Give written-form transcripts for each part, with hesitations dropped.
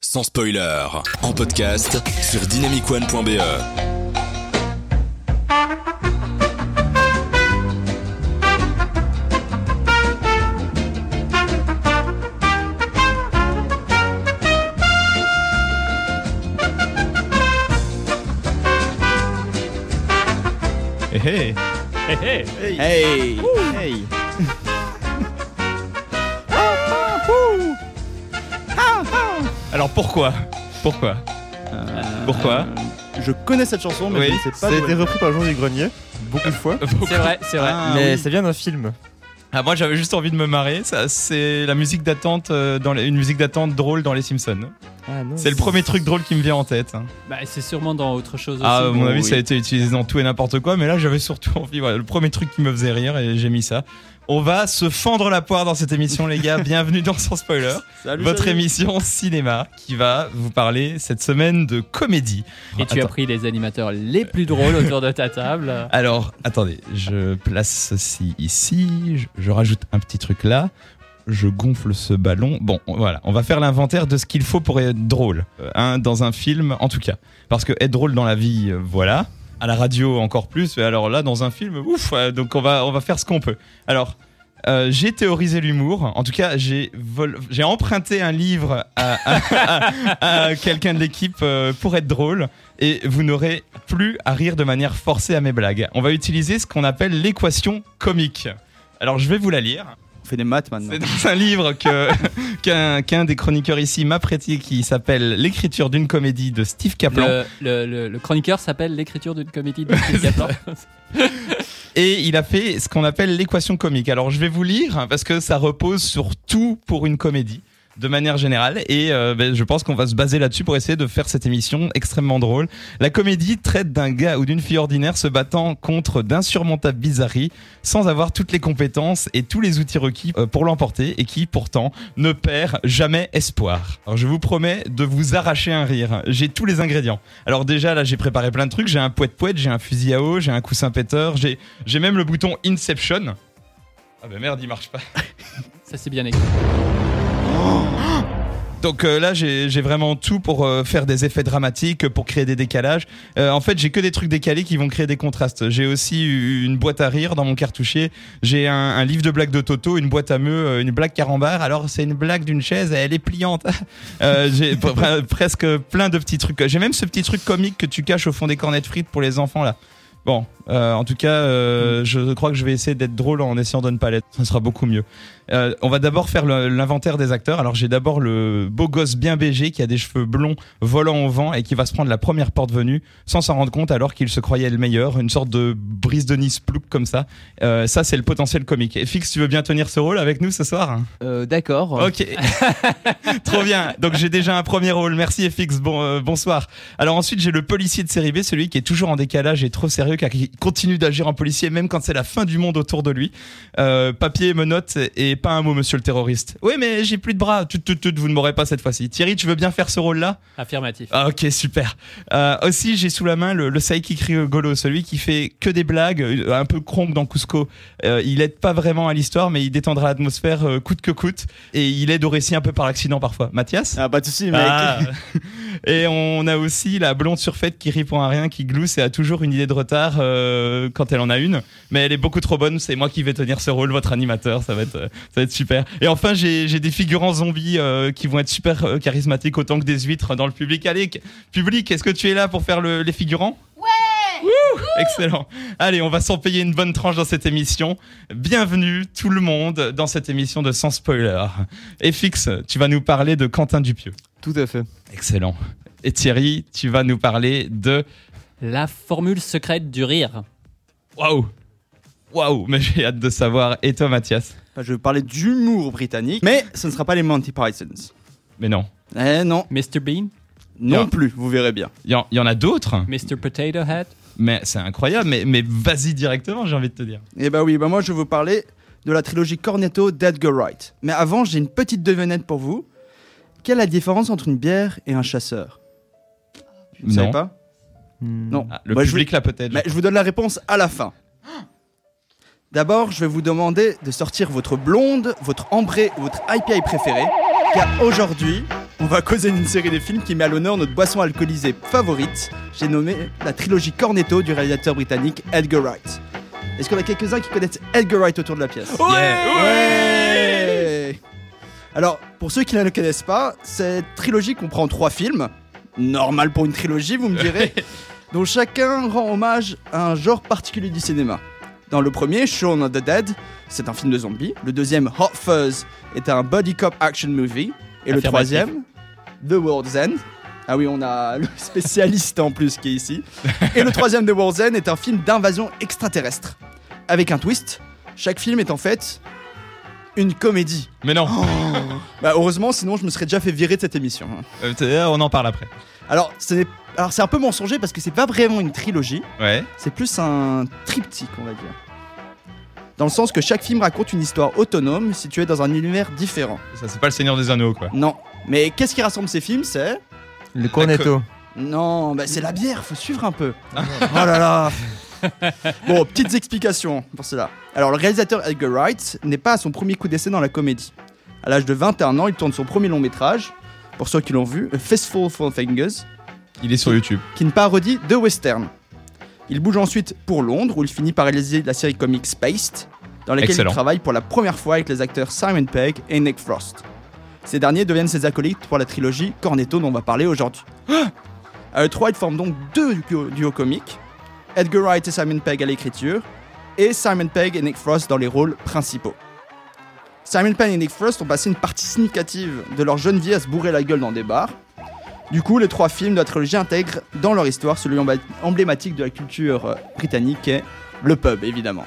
sans spoiler, en podcast sur dynamicone.be. Hey hey hey hey hey. Alors pourquoi Je connais cette chanson, mais Oui, je ne sais pas. Ça a été repris par Jean du Grenier beaucoup de fois. C'est vrai. Mais oui. ça vient d'un film. Ah, moi j'avais juste envie de me marrer. Ça, c'est la musique d'attente une musique d'attente drôle dans Les Simpsons. Ah non. C'est le premier truc drôle qui me vient en tête. Bah, c'est sûrement dans autre chose Ah, à aussi. mon avis, oui. ça a été utilisé dans tout et n'importe quoi, mais là j'avais surtout envie. Voilà, le premier truc qui me faisait rire et j'ai mis ça. On va se fendre la poire dans cette émission, les gars. Bienvenue dans Sans Spoiler, Salut, votre salut. émission cinéma qui va vous parler cette semaine de comédie. Et tu as Attends. pris les animateurs les plus drôles autour de ta table. Alors, attendez, je place ceci ici, je rajoute un petit truc là, je gonfle ce ballon. Bon, voilà, on va faire l'inventaire de ce qu'il faut pour être drôle, dans un film en tout cas. Parce que être drôle dans la vie, voilà, à la radio encore plus, mais alors là, dans un film, ouf, donc on va faire ce qu'on peut. Alors, j'ai théorisé l'humour, en tout cas, j'ai emprunté un livre à quelqu'un de l'équipe pour être drôle. Et vous n'aurez plus à rire de manière forcée à mes blagues. On va utiliser ce qu'on appelle l'équation comique. Alors je vais vous la lire. On fait des maths maintenant. C'est dans un livre qu'un des chroniqueurs ici m'a prêté qui s'appelle L'écriture d'une comédie de Steve Kaplan. Le chroniqueur s'appelle L'écriture d'une comédie de Steve Kaplan. Et il a fait ce qu'on appelle l'équation comique. Alors je vais vous lire parce que ça repose sur tout pour une comédie de manière générale et je pense qu'on va se baser là-dessus pour essayer de faire cette émission extrêmement drôle. La comédie traite d'un gars ou d'une fille ordinaire se battant contre d'insurmontables bizarreries sans avoir toutes les compétences et tous les outils requis pour l'emporter et qui pourtant ne perd jamais espoir. Alors je vous promets de vous arracher un rire. J'ai tous les ingrédients. Alors déjà là j'ai préparé plein de trucs. J'ai un poète-poète, j'ai un fusil à eau, j'ai un coussin péteur, j'ai même le bouton Inception. Ah bah merde il marche pas. Ça, c'est bien écrit. Donc là j'ai vraiment tout pour faire des effets dramatiques, pour créer des décalages. En fait j'ai que des trucs décalés qui vont créer des contrastes. J'ai aussi une boîte à rire dans mon cartouchier. J'ai un livre de blagues de Toto, une boîte à meux, une blague carambar. Alors c'est une blague d'une chaise, elle est pliante. J'ai presque plein de petits trucs. J'ai même ce petit truc comique que tu caches au fond des cornets de frites pour les enfants là. Bon, en tout cas, je crois que je vais essayer d'être drôle en essayant de ne pas l'être. Ça sera beaucoup mieux. On va d'abord faire l'inventaire des acteurs. Alors j'ai d'abord le beau gosse bien BG qui a des cheveux blonds volant au vent et qui va se prendre la première porte venue sans s'en rendre compte alors qu'il se croyait le meilleur. Une sorte de brise de Nice plouc comme ça. Ça c'est le potentiel comique. Et Fix, tu veux bien tenir ce rôle avec nous ce soir ? D'accord. Ok, trop bien. Donc j'ai déjà un premier rôle. Merci FX. Bonsoir. Alors ensuite j'ai le policier de série B, celui qui est toujours en décalage et trop sérieux car il continue d'agir en policier même quand c'est la fin du monde autour de lui. Papier, menottes et pas un mot, monsieur le terroriste. Oui, mais j'ai plus de bras. Vous ne m'aurez pas cette fois-ci. Thierry, tu veux bien faire ce rôle-là ? Affirmatif. Ah, ok, super. Aussi, j'ai sous la main le sidekick rigolo, celui qui fait que des blagues, un peu Kronk dans Cusco. Il aide pas vraiment à l'histoire, mais il détendra l'atmosphère coûte que coûte. Et il aide au récit un peu par accident parfois. Mathias ? Ah, pas de soucis, mec. Ah. Et on a aussi la blonde surfaite qui répond à rien, qui glousse et a toujours une idée de retard quand elle en a une. Mais elle est beaucoup trop bonne. C'est moi qui vais tenir ce rôle, votre animateur. Ça va être super. Et enfin, j'ai des figurants zombies qui vont être super charismatiques autant que des huîtres dans le public. Allez, public, est-ce que tu es là pour faire les figurants ? Ouais. Excellent. Allez, on va s'en payer une bonne tranche dans cette émission. Bienvenue tout le monde dans cette émission de Sans Spoiler. Et Fix, tu vas nous parler de Quentin Dupieux. Tout à fait. Excellent. Et Thierry, tu vas nous parler de... La formule secrète du rire. Waouh, mais j'ai hâte de savoir. Et toi, Mathias ? Je vais parler d'humour britannique, mais ce ne sera pas les Monty Pythons. Mais non. Eh non, Mr. Bean, non Non. plus, vous verrez bien. Il y en a d'autres, Mr. Potato Head. mais c'est incroyable. Mais vas-y directement, j'ai envie de te dire. Eh bah oui, moi je vais vous parler de la trilogie Cornetto d'Edgar Wright. Mais avant, j'ai une petite devinette pour vous. Quelle est la différence entre une bière et un chasseur ? Vous ne savez Non. pas ? Non. Ah, le Bah, je public là peut-être. Mais je vous donne la réponse à la fin. D'abord, je vais vous demander de sortir votre blonde, votre ambré ou votre IPA préféré, car aujourd'hui, on va causer d'une série de films qui met à l'honneur notre boisson alcoolisée favorite. J'ai nommé la trilogie Cornetto du réalisateur britannique Edgar Wright. Est-ce qu'on a quelques-uns qui connaissent Edgar Wright autour de la pièce? Ouais. Alors, pour ceux qui ne le connaissent pas, cette trilogie comprend 3 films. Normal pour une trilogie, vous me direz. Dont chacun rend hommage à un genre particulier du cinéma. Dans le premier, Shaun of the Dead, c'est un film de zombies. Le deuxième, Hot Fuzz, est un buddy cop action movie. Et le troisième, The World's End. Ah oui, on a le spécialiste en plus qui est ici. Et le troisième, The World's End, est un film d'invasion extraterrestre. Avec un twist, chaque film est en fait une comédie. Mais non. Bah heureusement, sinon je me serais déjà fait virer de cette émission. On en parle après. Alors c'est un peu mensonger parce que c'est pas vraiment une trilogie. Ouais. C'est plus un triptyque, on va dire. Dans le sens que chaque film raconte une histoire autonome située dans un univers différent. Ça, c'est pas le Seigneur des Anneaux, quoi. Non. Mais qu'est-ce qui rassemble ces films? C'est... Le Cornetto. Non, bah c'est la bière, faut suivre un peu. Oh là là. Bon, petites explications pour cela. Alors, le réalisateur Edgar Wright n'est pas à son premier coup d'essai dans la comédie. À l'âge de 21 ans, il tourne son premier long métrage, pour ceux qui l'ont vu, A Fistful of Fingers. Il est sur YouTube. Qui est une parodie de western. Il bouge ensuite pour Londres, où il finit par réaliser la série comique Spaced, dans laquelle il travaille pour la première fois avec les acteurs Simon Pegg et Nick Frost. Ces derniers deviennent ses acolytes pour la trilogie Cornetto dont on va parler aujourd'hui. À eux trois, ils forment donc 2 duos comiques. Edgar Wright et Simon Pegg à l'écriture, et Simon Pegg et Nick Frost dans les rôles principaux. Simon Pegg et Nick Frost ont passé une partie significative de leur jeune vie à se bourrer la gueule dans des bars. Du coup, les 3 films de la trilogie intègrent dans leur histoire celui emblématique de la culture britannique qui est le pub, évidemment.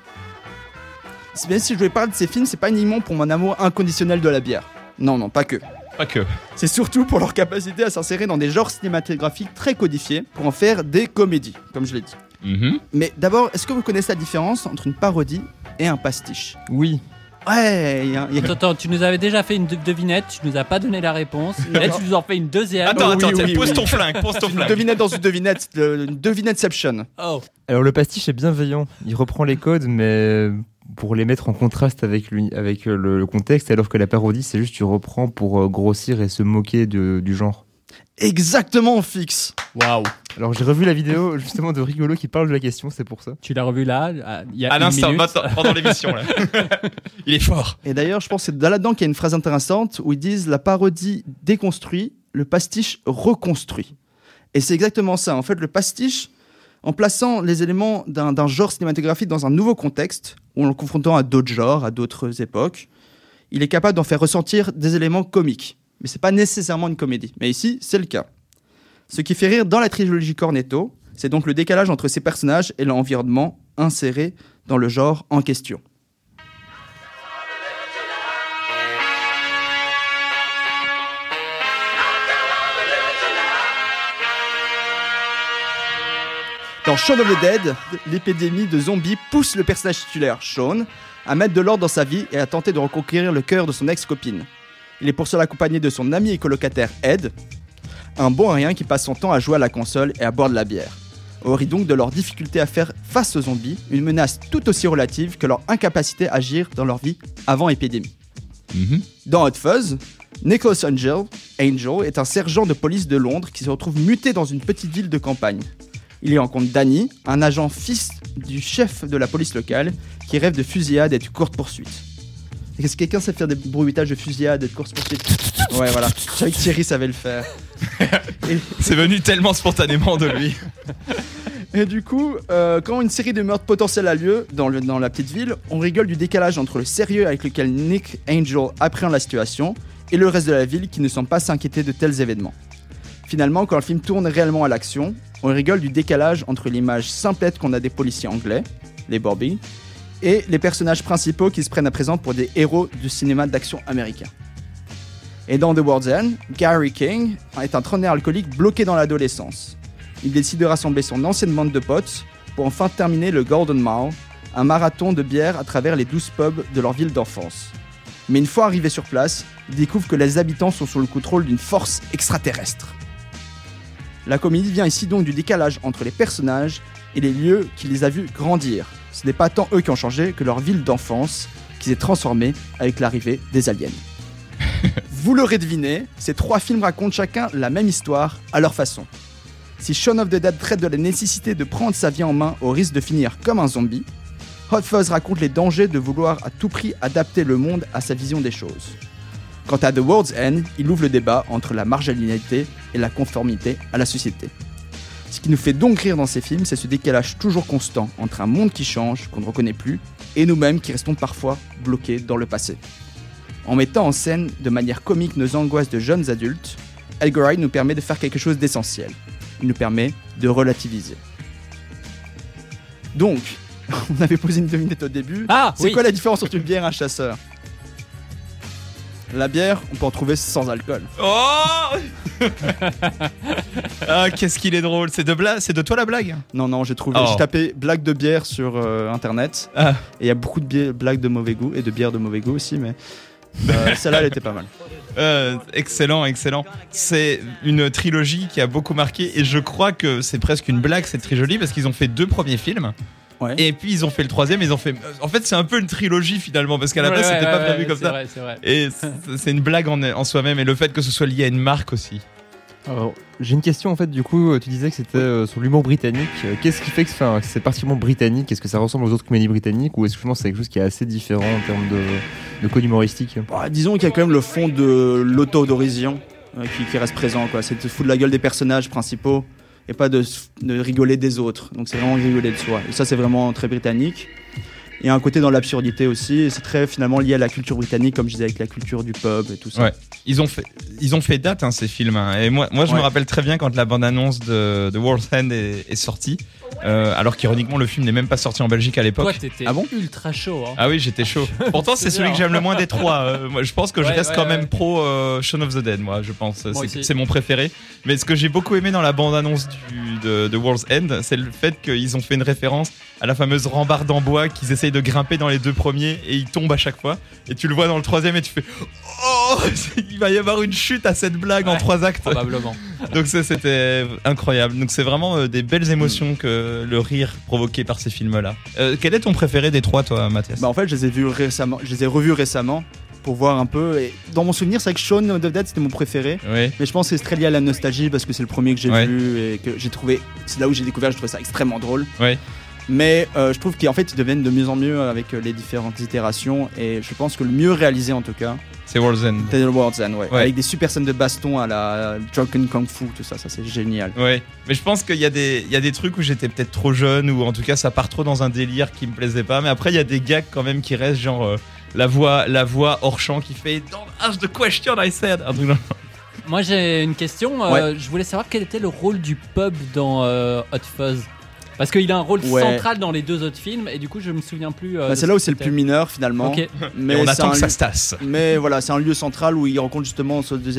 Même si je voulais parler de ces films, c'est pas uniquement pour mon amour inconditionnel de la bière. Non, pas que. Pas que. C'est surtout pour leur capacité à s'insérer dans des genres cinématographiques très codifiés pour en faire des comédies, comme je l'ai dit. Mais d'abord, est-ce que vous connaissez la différence entre une parodie et un pastiche? Oui. Ouais, Attends, tu nous avais déjà fait une devinette, tu nous as pas donné la réponse. Là, tu nous en fais une deuxième. Attends, oui, pose ton flingue, Une devinette dans une devinette, une devinetteception. Oh. Alors le pastiche est bienveillant. Il reprend les codes, mais pour les mettre en contraste avec le contexte, alors que la parodie, c'est juste tu reprends pour grossir et se moquer du genre. Exactement, fixe. Waouh. Alors j'ai revu la vidéo justement de Rigolo qui parle de la question, c'est pour ça. Tu l'as revu là, il y a à l'instant, une minute. pendant l'émission là. Il est fort. Et d'ailleurs, je pense que c'est là-dedans qu'il y a une phrase intéressante où ils disent la parodie déconstruit, le pastiche reconstruit. Et c'est exactement ça. En fait, le pastiche, en plaçant les éléments d'un genre cinématographique dans un nouveau contexte, ou en le confrontant à d'autres genres, à d'autres époques, il est capable d'en faire ressentir des éléments comiques. Mais c'est pas nécessairement une comédie. Mais ici, c'est le cas. Ce qui fait rire dans la trilogie Cornetto, c'est donc le décalage entre ces personnages et l'environnement inséré dans le genre en question. Dans Shaun of the Dead, l'épidémie de zombies pousse le personnage titulaire, Shaun, à mettre de l'ordre dans sa vie et à tenter de reconquérir le cœur de son ex-copine. Il est pour cela accompagné de son ami et colocataire Ed, un bon à rien qui passe son temps à jouer à la console et à boire de la bière. Au rit donc de leur difficulté à faire face aux zombies, une menace tout aussi relative que leur incapacité à agir dans leur vie avant épidémie. Dans Hot Fuzz, Nicholas Angel est un sergent de police de Londres qui se retrouve muté dans une petite ville de campagne. Il y rencontre Danny, un agent fils du chef de la police locale qui rêve de fusillade et de course-poursuite. Est-ce que quelqu'un sait faire des bruitages de fusillade et de course-poursuite? Ouais, voilà. Je savais que Thierry savait le faire. C'est venu tellement spontanément de lui. Et du coup, quand une série de meurtres potentiels a lieu dans la petite ville, on rigole du décalage entre le sérieux avec lequel Nick Angel appréhende la situation et le reste de la ville qui ne semble pas s'inquiéter de tels événements. Finalement, quand le film tourne réellement à l'action, on rigole du décalage entre l'image simplette qu'on a des policiers anglais, les Bobby, et les personnages principaux qui se prennent à présent pour des héros du cinéma d'action américain. Et dans The World's End, Gary King est un trentenaire alcoolique bloqué dans l'adolescence. Il décide de rassembler son ancienne bande de potes pour enfin terminer le Golden Mile, un marathon de bière à travers les 12 pubs de leur ville d'enfance. Mais une fois arrivé sur place, il découvre que les habitants sont sous le contrôle d'une force extraterrestre. La comédie vient ici donc du décalage entre les personnages et les lieux qui les a vus grandir. Ce n'est pas tant eux qui ont changé que leur ville d'enfance qui s'est transformée avec l'arrivée des aliens. Vous l'aurez deviné, ces 3 films racontent chacun la même histoire à leur façon. Si Shaun of the Dead traite de la nécessité de prendre sa vie en main au risque de finir comme un zombie, Hot Fuzz raconte les dangers de vouloir à tout prix adapter le monde à sa vision des choses. Quant à The World's End, il ouvre le débat entre la marginalité et la conformité à la société. Ce qui nous fait donc rire dans ces films, c'est ce décalage toujours constant entre un monde qui change, qu'on ne reconnaît plus, et nous-mêmes qui restons parfois bloqués dans le passé. En mettant en scène de manière comique nos angoisses de jeunes adultes, Edgar Wright nous permet de faire quelque chose d'essentiel. Il nous permet de relativiser. Donc, on avait posé une devinette au début. C'est quoi la différence entre une bière et un chasseur ? La bière, on peut en trouver sans alcool. Oh Ah, qu'est-ce qu'il est drôle. C'est de toi la blague ? Non, j'ai Oh. tapé blague de bière sur internet. Ah. Et il y a beaucoup de blagues de mauvais goût et de bières de mauvais goût aussi, mais celle-là, elle était pas mal. Excellent. C'est une trilogie qui a beaucoup marqué et je crois que c'est presque une blague cette trilogie parce qu'ils ont fait 2 premiers films. Ouais. Et puis ils ont fait le 3e, ils ont fait. En fait, c'est un peu une trilogie finalement parce qu'à la base c'était pas prévu comme ça. C'est vrai. Et c'est une blague en soi-même et le fait que ce soit lié à une marque aussi. Alors, j'ai une question en fait, du coup, tu disais que c'était sur l'humour britannique. Qu'est-ce qui fait que c'est particulièrement britannique ? Est-ce que ça ressemble aux autres comédies britanniques ou est-ce que je pense que c'est quelque chose qui est assez différent en termes de code humoristique ? Disons qu'il y a quand même le fond de l'autodérision qui reste présent, quoi. C'est de se foutre de la gueule des personnages principaux et pas de rigoler des autres. Donc c'est vraiment rigoler de soi. Et ça, c'est vraiment très britannique. Il y a un côté dans l'absurdité aussi, et c'est très finalement lié à la culture britannique, comme je disais, avec la culture du pub et tout ça. Ouais. Ils ont fait date ces films. Et moi je me rappelle très bien quand la bande-annonce de World's End est sortie. Alors qu'ironiquement le film n'est même pas sorti en Belgique à l'époque. Toi, t'étais ultra chaud. Hein. Ah oui, j'étais chaud. Pourtant, c'est celui que j'aime le moins des 3. Moi, je pense que je reste quand même pro Shaun of the Dead, moi, je pense. C'est mon préféré. Mais ce que j'ai beaucoup aimé dans la bande-annonce de World's End, c'est le fait qu'ils ont fait une référence à la fameuse rambarde en bois qu'ils essayent de grimper dans les 2 premiers et ils tombent à chaque fois. Et tu le vois dans le 3e et tu fais oh, il va y avoir une chute à cette blague en 3 actes. Probablement. Donc c'était incroyable. Donc c'est vraiment des belles émotions que le rire provoqué par ces films-là. Quel est ton préféré des 3, toi, Mathias ? En fait, je les ai revus récemment pour voir un peu. Et dans mon souvenir, c'est vrai que Shaun of the Dead, c'était mon préféré. Oui. Mais je pense que c'est très lié à la nostalgie parce que c'est le premier que j'ai Ouais. vu et que j'ai trouvé. C'est là où j'ai découvert, j'ai trouvé ça extrêmement drôle. Oui. Mais je trouve qu'en fait, ils deviennent de mieux en mieux avec les différentes itérations. Et je pense que le mieux réalisé, en tout cas, C'est World's End. c'est The World's End, ouais. Ouais. Avec des super scènes de baston à la Drunken Kung Fu, tout ça, c'est génial. Ouais, mais je pense qu'il y a des trucs où j'étais peut-être trop jeune ou en tout cas ça part trop dans un délire qui me plaisait pas. Mais après il y a des gags quand même qui restent, genre la voix hors champ qui fait Don't ask the question I said. Un truc genre. Moi, j'ai une question. Ouais. Je voulais savoir quel était le rôle du pub dans Hot Fuzz. Parce qu'il a un rôle central dans les 2 autres films et du coup je me souviens plus. C'est là où c'est le plus mineur finalement. Ok. Mais Et on c'est attend un que ça lieu- se tasse. Mais voilà, c'est un lieu central où il rencontre justement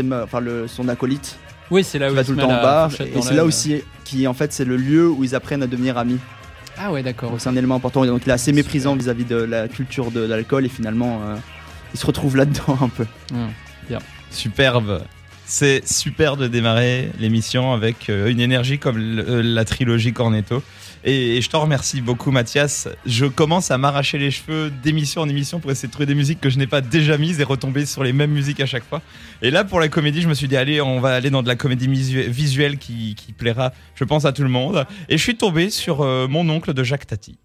son acolyte Oui, c'est là qui où va il tout se le met temps la au bar. fourchette Et dans c'est là l'œil. aussi qui en fait c'est le lieu où ils apprennent à devenir amis. Ah ouais, d'accord. Donc c'est un élément important. Et donc il est assez méprisant vis-à-vis de la culture de l'alcool et finalement il se retrouve là-dedans un peu. Superbe. C'est super de démarrer l'émission avec une énergie comme la trilogie Cornetto. Et je t'en remercie beaucoup, Mathias. Je commence à m'arracher les cheveux d'émission en émission pour essayer de trouver des musiques que je n'ai pas déjà mises et retomber sur les mêmes musiques à chaque fois. Et là, pour la comédie, je me suis dit, allez, on va aller dans de la comédie visuelle qui plaira, je pense, à tout le monde. Et je suis tombé sur Mon oncle de Jacques Tati.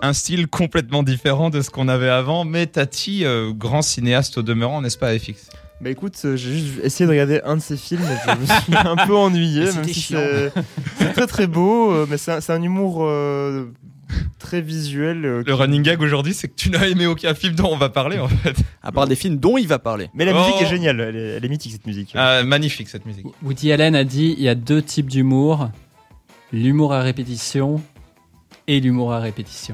un style complètement différent de ce qu'on avait avant. Mais Tati, grand cinéaste au demeurant, n'est-ce pas, FX? Bah écoute, j'ai juste essayé de regarder un de ses films et je me suis un peu ennuyé, même si c'est très très beau, mais c'est un humour très visuel. Le running gag aujourd'hui, c'est que tu n'as aimé aucun film dont on va parler en fait. À part des films dont il va parler. Mais la musique est géniale, elle est mythique cette musique. Magnifique cette musique. Woody Allen a dit il y a 2 types d'humour, l'humour à répétition et l'humour à répétition.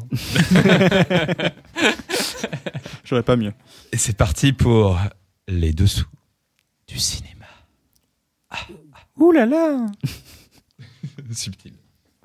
J'aurais pas mieux. Et c'est parti pour les dessous du cinéma. Ouh là là. Subtil.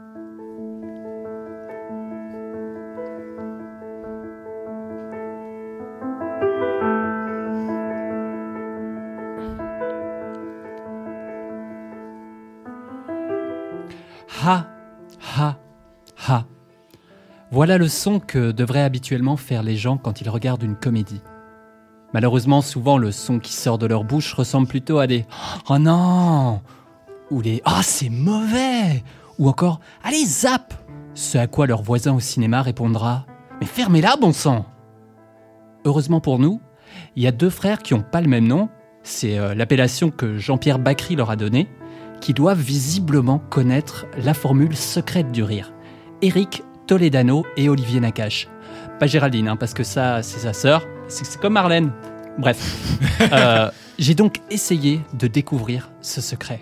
Ha, ha, ha. Voilà le son que devraient habituellement faire les gens quand ils regardent une comédie. Malheureusement, souvent, le son qui sort de leur bouche ressemble plutôt à des « Oh non !» ou les « Ah, c'est mauvais !» ou encore « Allez, zap !» Ce à quoi leur voisin au cinéma répondra « Mais fermez-la, bon sang !» Heureusement pour nous, il y a 2 frères qui n'ont pas le même nom, c'est l'appellation que Jean-Pierre Bacry leur a donnée, qui doivent visiblement connaître la formule secrète du rire. Eric Toledano et Olivier Nakache. Pas Géraldine, parce que ça, c'est sa sœur. C'est comme Marlène. Bref. J'ai donc essayé de découvrir ce secret.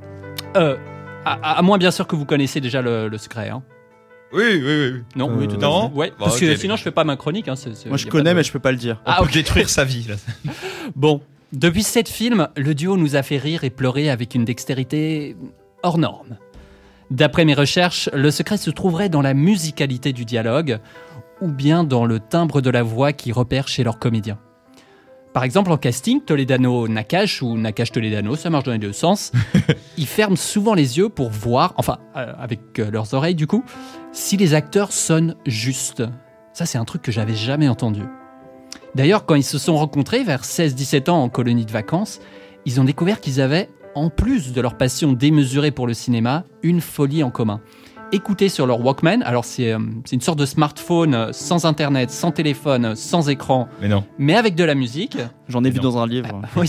À moins, bien sûr, que vous connaissez déjà le secret. Hein. Oui. Non, oui, tout à fait. Ouais, parce que sinon, je fais pas ma chronique. Hein, Moi, je connais, mais je peux pas le dire. On peut détruire sa vie. Là. Bon. Depuis 7 films, le duo nous a fait rire et pleurer avec une dextérité hors norme. D'après mes recherches, le secret se trouverait dans la musicalité du dialogue ou bien dans le timbre de la voix qu'ils repèrent chez leurs comédiens. Par exemple, en casting, Toledano-Nakache ou Nakache-Toledano, ça marche dans les 2 sens, ils ferment souvent les yeux pour voir, avec leurs oreilles du coup, si les acteurs sonnent juste. Ça, c'est un truc que j'avais jamais entendu. D'ailleurs, quand ils se sont rencontrés vers 16-17 ans en colonie de vacances, ils ont découvert qu'ils avaient, en plus de leur passion démesurée pour le cinéma, une folie en commun. Écouter sur leur Walkman, alors c'est une sorte de smartphone sans internet, sans téléphone, sans écran, mais avec de la musique. J'en ai vu dans un livre. Oui,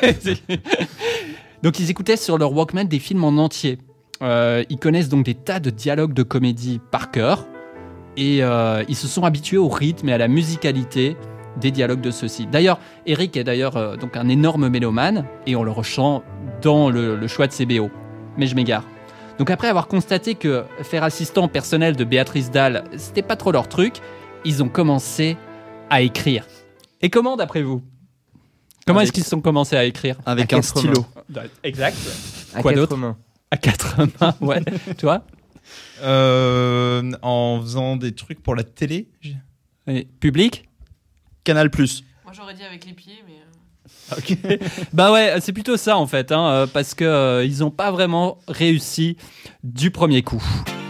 donc ils écoutaient sur leur Walkman des films en entier. Ils connaissent donc des tas de dialogues de comédie par cœur et ils se sont habitués au rythme et à la musicalité des dialogues de ceux-ci. D'ailleurs, Eric est donc un énorme mélomane et on le ressent dans le choix de ses BO. Mais je m'égare. Donc après avoir constaté que faire assistant personnel de Béatrice Dalle, c'était pas trop leur truc, ils ont commencé à écrire. Et comment d'après vous ? Comment est-ce qu'ils sont commencé à écrire ? Avec un stylo. Exact. À Quoi 4 d'autre ? mains. À 4 mains, ouais. Toi ? En faisant des trucs pour la télé. Et public ? Canal+. Moi j'aurais dit avec les pieds, mais. Ok. Bah ouais, c'est plutôt ça en fait, parce que ils n'ont pas vraiment réussi du premier coup.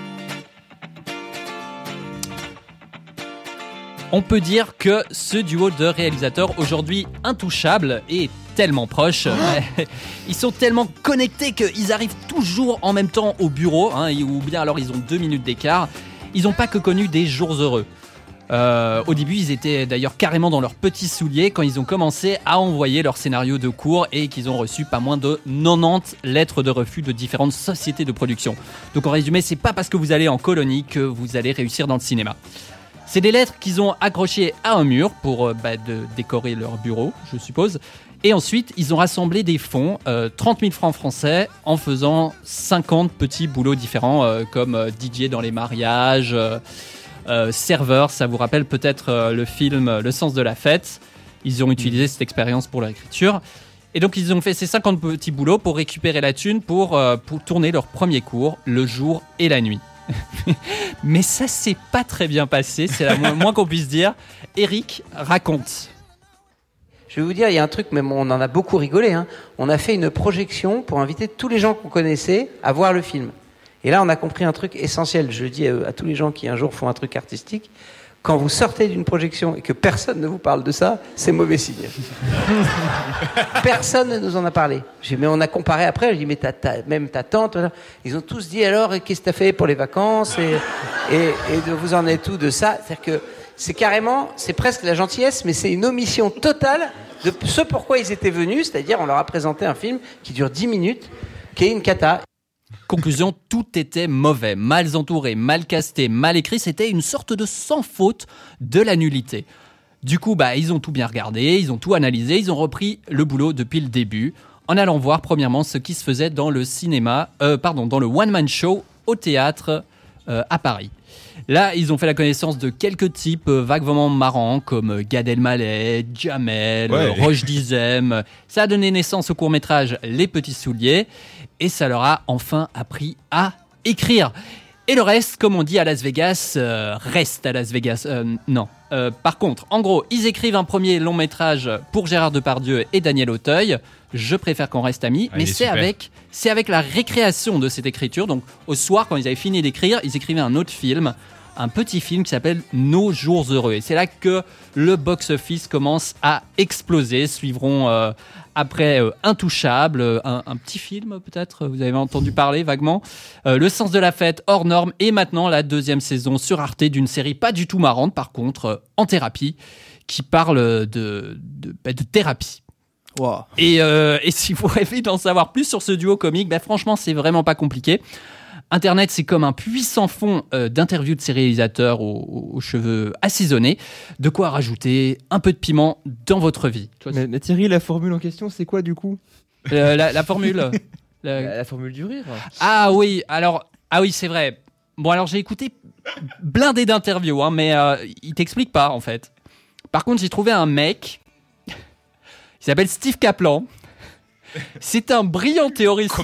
On peut dire que ce duo de réalisateurs, aujourd'hui intouchable et tellement proche, ils sont tellement connectés qu'ils arrivent toujours en même temps au bureau, ou bien alors ils ont 2 minutes d'écart. Ils n'ont pas que connu des jours heureux. Au début, ils étaient d'ailleurs carrément dans leurs petits souliers quand ils ont commencé à envoyer leur scénario de cours et qu'ils ont reçu pas moins de 90 lettres de refus de différentes sociétés de production. Donc en résumé, c'est pas parce que vous allez en colonie que vous allez réussir dans le cinéma. C'est des lettres qu'ils ont accrochées à un mur pour de décorer leur bureau, je suppose. Et ensuite, ils ont rassemblé des fonds, 30 000 francs français, en faisant 50 petits boulots différents, comme DJ dans les mariages, serveur, ça vous rappelle peut-être le film Le sens de la fête. Ils ont utilisé cette expérience pour leur écriture. Et donc, ils ont fait ces 50 petits boulots pour récupérer la thune pour tourner leur premier cours, le jour et la nuit. Mais ça s'est pas très bien passé, c'est la moins qu'on puisse dire. Eric raconte. Je vais vous dire, il y a un truc, mais on en a beaucoup rigolé. On a fait une projection pour inviter tous les gens qu'on connaissait à voir le film. Et là, on a compris un truc essentiel. Je le dis à tous les gens qui un jour font un truc artistique. Quand vous sortez d'une projection et que personne ne vous parle de ça, c'est mauvais signe. Personne ne nous en a parlé. Mais on a comparé après. Je dis, mais même ta tante, ils ont tous dit alors, qu'est-ce que t'as fait pour les vacances Et de vous en êtes où de ça? C'est-à-dire que c'est carrément, c'est presque la gentillesse, mais c'est une omission totale de ce pourquoi ils étaient venus, c'est-à-dire on leur a présenté un film qui dure 10 minutes, qui est une cata. Conclusion, tout était mauvais, mal entouré, mal casté, mal écrit. C'était une sorte de sans faute de la nullité. Du coup, ils ont tout bien regardé, ils ont tout analysé, ils ont repris le boulot depuis le début, en allant voir premièrement ce qui se faisait dans le dans le one-man show au théâtre à Paris. Là, ils ont fait la connaissance de quelques types vaguement marrants comme Gad Elmaleh, Jamel, Roche Dizem. Ça a donné naissance au court-métrage Les Petits Souliers et ça leur a enfin appris à écrire. Et le reste, comme on dit à Las Vegas, reste à Las Vegas. Non. Par contre, en gros, ils écrivent un premier long métrage pour Gérard Depardieu et Daniel Auteuil. Je préfère qu'on reste amis, mais c'est avec la récréation de cette écriture. Donc, au soir, quand ils avaient fini d'écrire, ils écrivaient un autre film, un petit film qui s'appelle Nos Jours Heureux. Et c'est là que le box-office commence à exploser. Suivront après Intouchable, un petit film peut-être, vous avez entendu parler vaguement, Le Sens de la Fête, Hors Norme, et maintenant la 2e saison sur Arte d'une série pas du tout marrante, par contre, En Thérapie, qui parle de thérapie. Wow. Et si vous rêvez d'en savoir plus sur ce duo comique, franchement, c'est vraiment pas compliqué. Internet, c'est comme un puissant fond d'interviews de ces réalisateurs aux cheveux assaisonnés. De quoi rajouter un peu de piment dans votre vie. Mais Thierry, la formule en question, c'est quoi du coup? La formule La formule du rire. Ah oui, c'est vrai. Bon, alors j'ai écouté blindé d'interviews, mais il t'explique pas en fait. Par contre, j'ai trouvé un mec. Il s'appelle Steve Kaplan. C'est un brillant théoricien.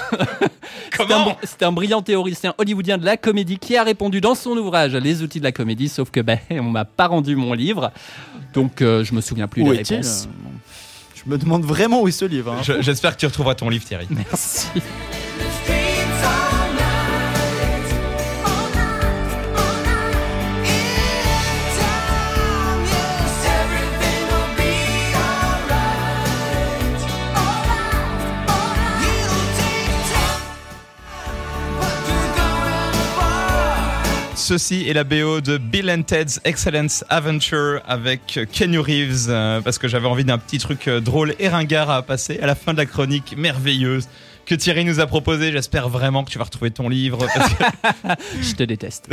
Comment C'est un brillant théoricien hollywoodien de la comédie qui a répondu dans son ouvrage Les outils de la comédie, sauf que on m'a pas rendu mon livre, donc je me souviens plus des réponses. Je me demande vraiment où est ce livre. J'espère que tu retrouveras ton livre, Thierry. Merci. Ceci est la BO de Bill and Ted's Excellent Adventure avec Keanu Reeves, parce que j'avais envie d'un petit truc drôle et ringard à passer à la fin de la chronique merveilleuse que Thierry nous a proposée. J'espère vraiment que tu vas retrouver ton livre. Parce que... Je te déteste.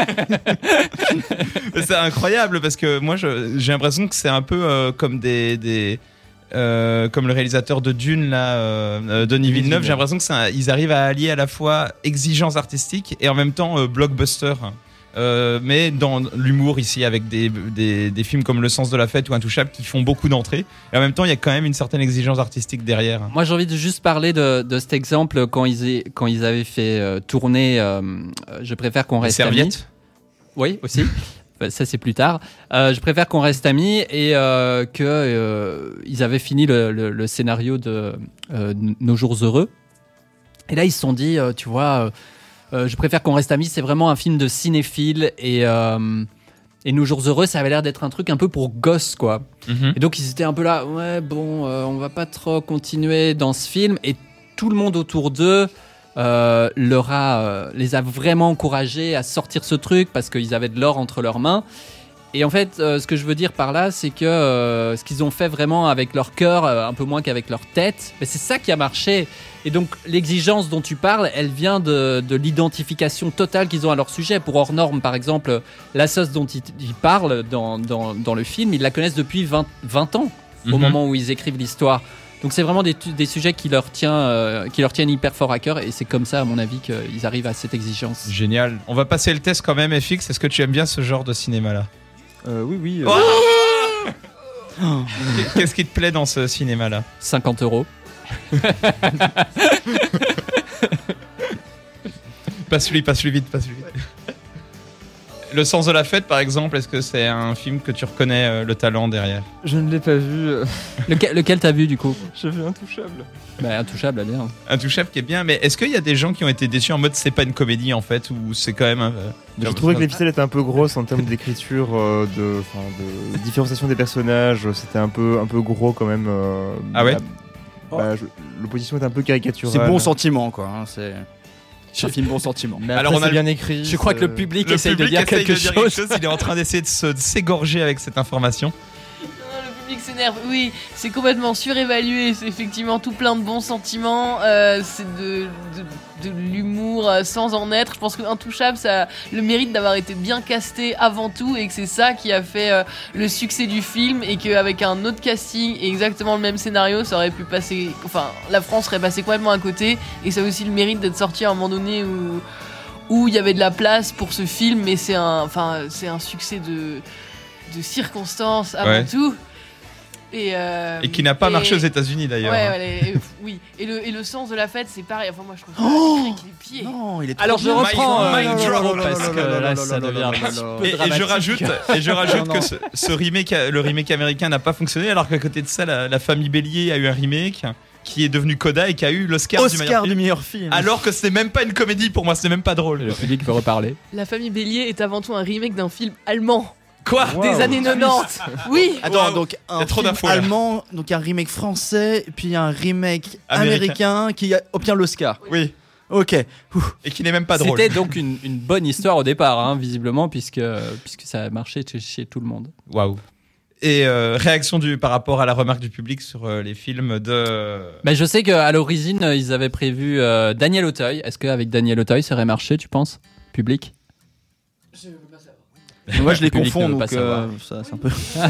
C'est incroyable parce que moi j'ai l'impression que c'est un peu comme comme le réalisateur de Dune là, Denis Villeneuve. J'ai l'impression que ils arrivent à allier à la fois exigence artistique et en même temps blockbuster. Mais dans l'humour ici avec des films comme Le Sens de la Fête ou Intouchable qui font beaucoup d'entrées, et en même temps il y a quand même une certaine exigence artistique derrière. Moi j'ai envie de juste parler de cet exemple quand ils avaient fait tourner Je préfère qu'on reste amis. Serviette. Oui aussi. Ça c'est plus tard. Je préfère qu'on reste amis et ils avaient fini le scénario de Nos Jours Heureux. Et là ils se sont dit, tu vois, je préfère qu'on reste amis. C'est vraiment un film de cinéphile et Nos Jours Heureux, ça avait l'air d'être un truc un peu pour gosses quoi. Mm-hmm. Et donc ils étaient un peu là, on va pas trop continuer dans ce film. Et tout le monde autour d'eux les a vraiment encouragés à sortir ce truc parce qu'ils avaient de l'or entre leurs mains. Et en fait, ce que je veux dire par là, c'est que ce qu'ils ont fait vraiment avec leur cœur, un peu moins qu'avec leur tête, c'est ça qui a marché. Et donc l'exigence dont tu parles, elle vient de l'identification totale qu'ils ont à leur sujet. Pour Hors Norme, par exemple, la sauce dont ils parlent dans le film, ils la connaissent depuis 20 ans, au moment où ils écrivent l'histoire. Donc c'est vraiment des sujets qui leur tiennent hyper fort à cœur, et c'est comme ça, à mon avis, qu'ils arrivent à cette exigence. Génial. On va passer le test quand même, FX. Est-ce que tu aimes bien ce genre de cinéma-là? Oui. Qu'est-ce qui te plaît dans ce cinéma-là? 50 €. Passe-lui vite. Le Sens de la Fête, par exemple, est-ce que c'est un film que tu reconnais le talent derrière? Je ne l'ai pas vu. Lequel t'as vu du coup? J'ai vu Intouchable. Intouchable, bien. Intouchable qui est bien, mais est-ce qu'il y a des gens qui ont été déçus en mode c'est pas une comédie en fait, ou c'est quand même J'ai trouvé que les ficelles étaient un peu grosses en termes d'écriture, de différenciation des personnages. C'était un peu gros quand même. Ah ouais. L'opposition est un peu caricaturale. C'est bon sentiment quoi. C'est... C'est un film bon sentiment. Mais Alors, après, on a c'est bien écrit. Je crois que le public Le essaye de public dire essaye quelque de dire quelque chose. chose. Il est en train d'essayer de s'égorger avec cette information. Le public s'énerve. Oui, c'est complètement surévalué. C'est effectivement tout plein de bons sentiments. C'est de l'humour sans en être. Je pense que Intouchable, ça a le mérite d'avoir été bien casté avant tout et que c'est ça qui a fait le succès du film et qu'avec un autre casting et exactement le même scénario, ça aurait pu passer. Enfin, la France serait passée complètement à côté et ça a aussi le mérite d'être sorti à un moment donné où il y avait de la place pour ce film, mais c'est un succès de circonstances avant Ouais. tout. Et qui n'a pas marché aux États-Unis d'ailleurs. Oui. Et le sens de la fête, c'est pareil. Enfin, moi, je trouve ça avec les pieds. Non, il est trop Alors je bien. reprends Mic drop, parce que là ça devient un petit peu Et dramatique. je rajoute Non, que ce remake, le remake américain n'a pas fonctionné, alors qu'à côté de ça, la famille Bélier a eu un remake qui est devenu Coda et qui a eu l'Oscar du meilleur film. Alors que ce n'est même pas une comédie pour moi, ce n'est même pas drôle. Le public veut reparler. La famille Bélier est avant tout un remake d'un film allemand Quoi des années 90. Oui. Attends, Wow. donc Y a un trop film d'infos, là. allemand, donc un remake français, puis un remake Américain. américain qui obtient l'Oscar. Oui, Ok. et qui n'est même pas drôle. C'était donc une bonne histoire au départ, hein, visiblement, puisque ça a marché chez tout le monde. Waouh. Et réaction par rapport à la remarque du public sur les films de. Mais je sais qu'à l'origine, ils avaient prévu Daniel Auteuil. Est-ce qu'avec Daniel Auteuil, ça aurait marché, tu penses, public? Moi, je les Le public confonds, ne veut pas donc savoir. ça, c'est un peu.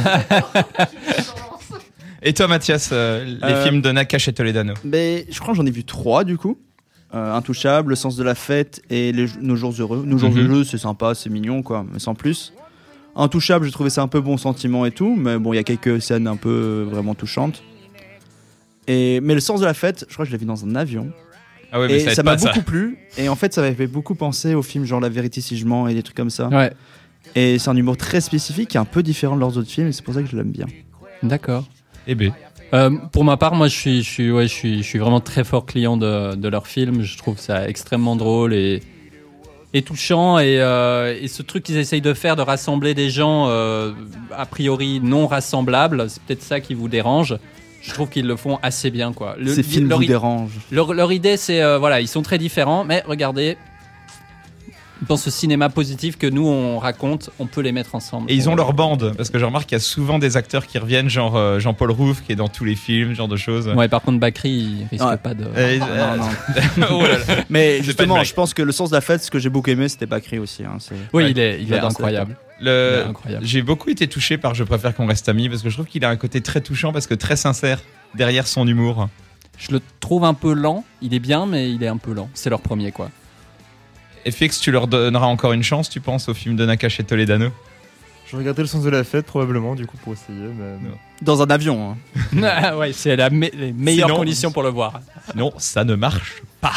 Et toi, Mathias, les films de Nakache et Toledano. Mais je crois que j'en ai vu 3 du coup. Intouchable, Le sens de la fête et Nos jours heureux. Nos jours heureux, c'est sympa, c'est mignon, quoi, mais sans plus. Intouchable, j'ai trouvé ça un peu bon sentiment et tout, mais bon, il y a quelques scènes un peu vraiment touchantes. Mais Le sens de la fête, je crois que je l'ai vu dans un avion. Ah ouais, mais Et ça, ça m'a beaucoup plu. Et en fait, ça m'avait fait beaucoup penser aux films genre La vérité si je mens et des trucs comme ça. Ouais, Et c'est un humour très spécifique, qui est un peu différent de leurs autres films, et c'est pour ça que je l'aime bien. d'accord. Eh ben. Pour ma part, moi, je suis vraiment très fort client de leurs films. Je trouve ça extrêmement drôle et touchant. Et ce truc qu'ils essayent de faire, de rassembler des gens a priori non rassemblables, c'est peut-être ça qui vous dérange. Je trouve qu'ils le font assez bien, quoi. Ces films vous dérangent. Leur idée, c'est voilà, ils sont très différents, mais regardez, dans ce cinéma positif que nous on raconte, on peut les mettre ensemble. Et ils ont leur bande, parce que je remarque qu'il y a souvent des acteurs qui reviennent, genre Jean-Paul Rouve qui est dans tous les films, ce genre de choses. Ouais, par contre, Bakri, il risque Ouais. pas de. Non. Oh là là. Mais C'est pas une justement, blague. je pense que Le sens de la fête, ce que j'ai beaucoup aimé, c'était Bakri aussi. Hein, Oui, Ouais. il est J'adore incroyable. Il est Le... incroyable. J'ai beaucoup été touché par Je préfère qu'on reste amis, parce que je trouve qu'il a un côté très touchant, parce que très sincère derrière son humour. Je le trouve un peu lent. Il est bien, mais il est un peu lent. C'est leur premier, quoi. FX, tu leur donneras encore une chance, tu penses, au film de Nakache et Toledano? Je regarderai Le sens de la fête probablement du coup pour essayer. Mais... Non. Dans un avion. Hein. Ouais, c'est les meilleures Sinon- conditions pour le voir. Non, ça ne marche pas.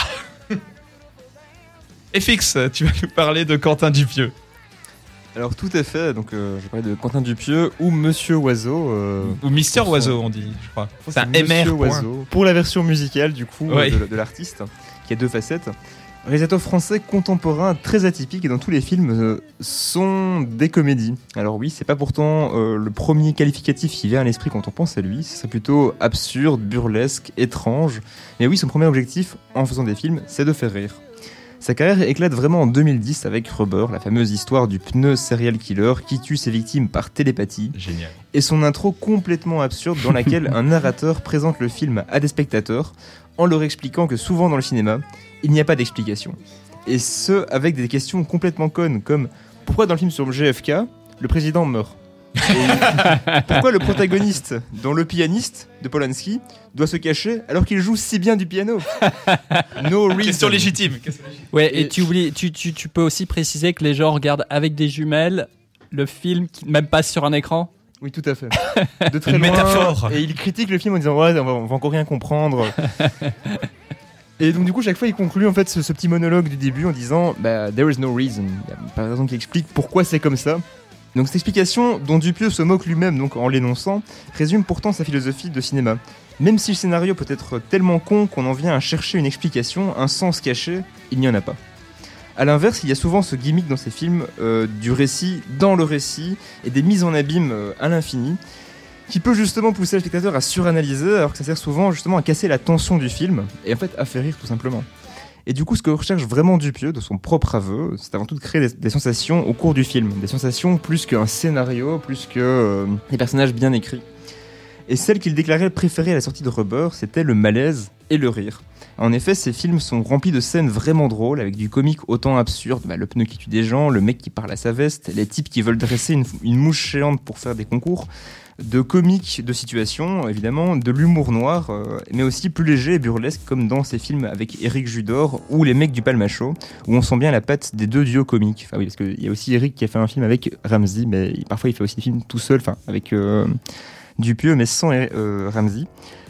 FX, tu vas nous parler de Quentin Dupieux. Alors tout est fait. Donc je vais parler de Quentin Dupieux ou Monsieur Oiseau. Ou Mister Pour Oiseau, on dit, je crois. Je C'est crois un que Monsieur MR. point. Oiseau. Pour la version musicale du coup Ouais. de l'artiste, qui a deux facettes. Réalisateur français contemporain très atypique et dans tous les films sont des comédies. Alors oui, c'est pas pourtant le premier qualificatif qui vient à l'esprit quand on pense à lui, ce serait plutôt absurde, burlesque, étrange. Mais oui, son premier objectif en faisant des films, c'est de faire rire. Sa carrière éclate vraiment en 2010 avec Rubber, la fameuse histoire du pneu serial killer qui tue ses victimes par télépathie, Génial. et son intro complètement absurde dans laquelle un narrateur présente le film à des spectateurs en leur expliquant que souvent dans le cinéma, il n'y a pas d'explication. Et ce, avec des questions complètement connes, comme pourquoi dans le film sur le JFK, le président meurt ? Et pourquoi le protagoniste, dans Le pianiste de Polanski, doit se cacher alors qu'il joue si bien du piano ? No reason. Question légitime. Ouais, et Et- tu oublies, tu peux aussi préciser que les gens regardent avec des jumelles le film qui même passe sur un écran. Oui, tout à fait. De très Une loin, métaphore. Et il critique le film en disant ouais, on va encore rien comprendre. Et donc du coup, chaque fois, il conclut en fait ce petit monologue du début en disant bah, there is no reason. Il n'y a pas de raison qui explique pourquoi c'est comme ça. Donc cette explication, dont Dupieux se moque lui-même donc en l'énonçant, résume pourtant sa philosophie de cinéma. Même si le scénario peut être tellement con qu'on en vient à chercher une explication, un sens caché, il n'y en a pas. A l'inverse, il y a souvent ce gimmick dans ces films du récit dans le récit et des mises en abîme à l'infini qui peut justement pousser le spectateur à suranalyser alors que ça sert souvent justement à casser la tension du film et en fait à faire rire tout simplement. Et du coup, ce que recherche vraiment Dupieux, de son propre aveu, c'est avant tout de créer des sensations au cours du film. Des sensations plus qu'un scénario, plus que des personnages bien écrits. Et celle qu'il déclarait préférée à la sortie de Rubber, c'était le malaise et le rire. En effet, ces films sont remplis de scènes vraiment drôles, avec du comique autant absurde, le pneu qui tue des gens, le mec qui parle à sa veste, les types qui veulent dresser une mouche géante pour faire des concours, de comique de situation, évidemment, de l'humour noir, mais aussi plus léger et burlesque, comme dans ces films avec Éric Judor ou Les mecs du Palmacho, où on sent bien la patte des deux duos comiques. Enfin oui, parce qu'il y a aussi Éric qui a fait un film avec Ramsey, mais parfois il fait aussi des films tout seul, avec Dupieux, mais sans Ramsey.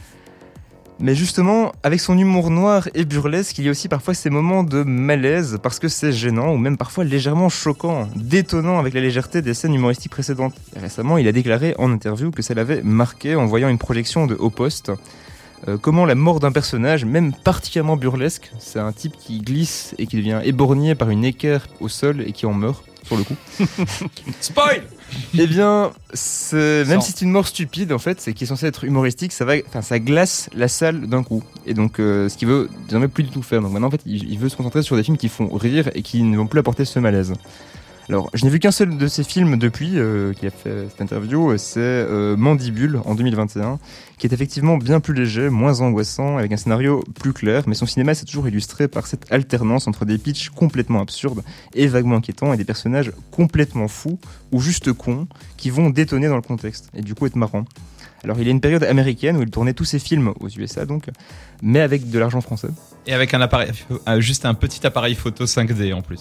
Mais justement, avec son humour noir et burlesque, il y a aussi parfois ces moments de malaise parce que c'est gênant ou même parfois légèrement choquant, détonnant avec la légèreté des scènes humoristiques précédentes. Et récemment, il a déclaré en interview que ça l'avait marqué en voyant une projection de Au Poste. Comment la mort d'un personnage, même particulièrement burlesque, c'est un type qui glisse et qui devient éborgné par une équerre au sol et qui en meurt, sur le coup. Spoil. Eh bien, même si c'est une mort stupide, en fait, c'est qui est censé être humoristique, ça glace la salle d'un coup. Et donc, ce qu'il veut désormais plus du tout faire. Donc maintenant, en fait, il veut se concentrer sur des films qui font rire et qui ne vont plus apporter ce malaise. Alors, je n'ai vu qu'un seul de ces films depuis qu'il a fait cette interview, c'est Mandibule en 2021, qui est effectivement bien plus léger, moins angoissant, avec un scénario plus clair, mais son cinéma s'est toujours illustré par cette alternance entre des pitchs complètement absurdes et vaguement inquiétants et des personnages complètement fous ou juste cons qui vont détonner dans le contexte et du coup être marrants. Alors, il y a une période américaine où il tournait tous ses films aux USA, donc, mais avec de l'argent français. Et avec un appareil, juste un petit appareil photo 5D en plus.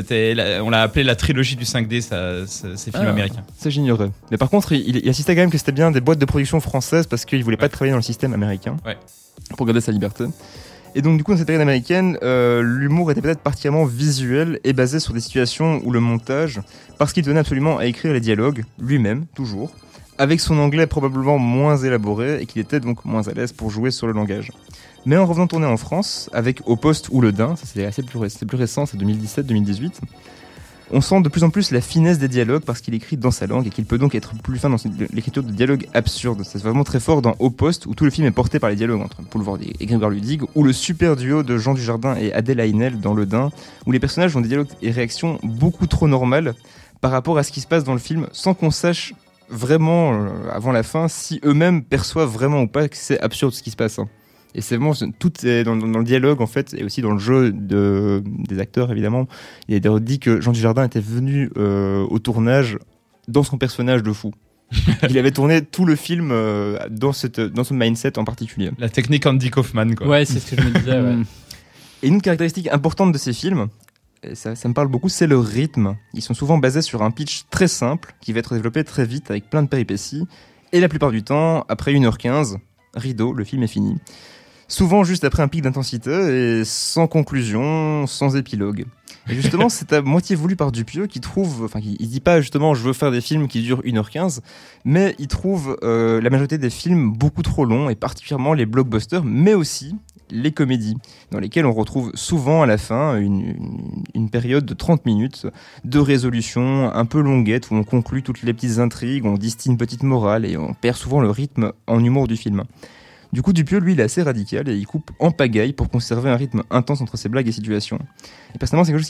On l'a appelé la trilogie du 5D, ces films américains. Ça, j'ignorais. Mais par contre, il insistait quand même que c'était bien des boîtes de production françaises parce qu'il voulait pas travailler dans le système américain pour garder sa liberté. Et donc, du coup, dans cette période américaine, l'humour était peut-être particulièrement visuel et basé sur des situations où le montage, parce qu'il tenait absolument à écrire les dialogues, lui-même, toujours, avec son anglais probablement moins élaboré et qu'il était donc moins à l'aise pour jouer sur le langage. Mais en revenant tourner en France, avec Au Poste ou Le Dain, ça c'est plus récent, c'est 2017-2018, on sent de plus en plus la finesse des dialogues parce qu'il écrit dans sa langue et qu'il peut donc être plus fin dans l'écriture de dialogues absurdes. C'est vraiment très fort dans Au Poste où tout le film est porté par les dialogues entre Poulvord et Grégoire Ludig, ou le super duo de Jean Dujardin et Adèle Haenel dans Le Dain, où les personnages ont des dialogues et réactions beaucoup trop normales par rapport à ce qui se passe dans le film sans qu'on sache vraiment avant la fin si eux-mêmes perçoivent vraiment ou pas que c'est absurde ce qui se passe. Et c'est vraiment, tout est dans le dialogue en fait, et aussi dans le jeu des acteurs évidemment. Il est d'ailleurs dit que Jean Dujardin était venu au tournage dans son personnage de fou. Il avait tourné tout le film dans ce mindset en particulier. La technique Andy Kaufman, quoi. Ouais, c'est ce que je me disais. Ouais. Et une caractéristique importante de ces films, et ça me parle beaucoup, c'est le rythme. Ils sont souvent basés sur un pitch très simple qui va être développé très vite avec plein de péripéties. Et la plupart du temps, après 1h15, rideau, le film est fini. Souvent juste après un pic d'intensité et sans conclusion, sans épilogue. Et justement, c'est à moitié voulu par Dupieux qui trouve, il dit pas justement je veux faire des films qui durent 1h15, mais il trouve la majorité des films beaucoup trop longs et particulièrement les blockbusters, mais aussi les comédies, dans lesquelles on retrouve souvent à la fin une période de 30 minutes de résolution un peu longuette où on conclut toutes les petites intrigues, on distille une petite morale et on perd souvent le rythme en humour du film. Du coup, Dupieux, lui, il est assez radical et il coupe en pagaille pour conserver un rythme intense entre ses blagues et situations. Et personnellement, c'est quelque chose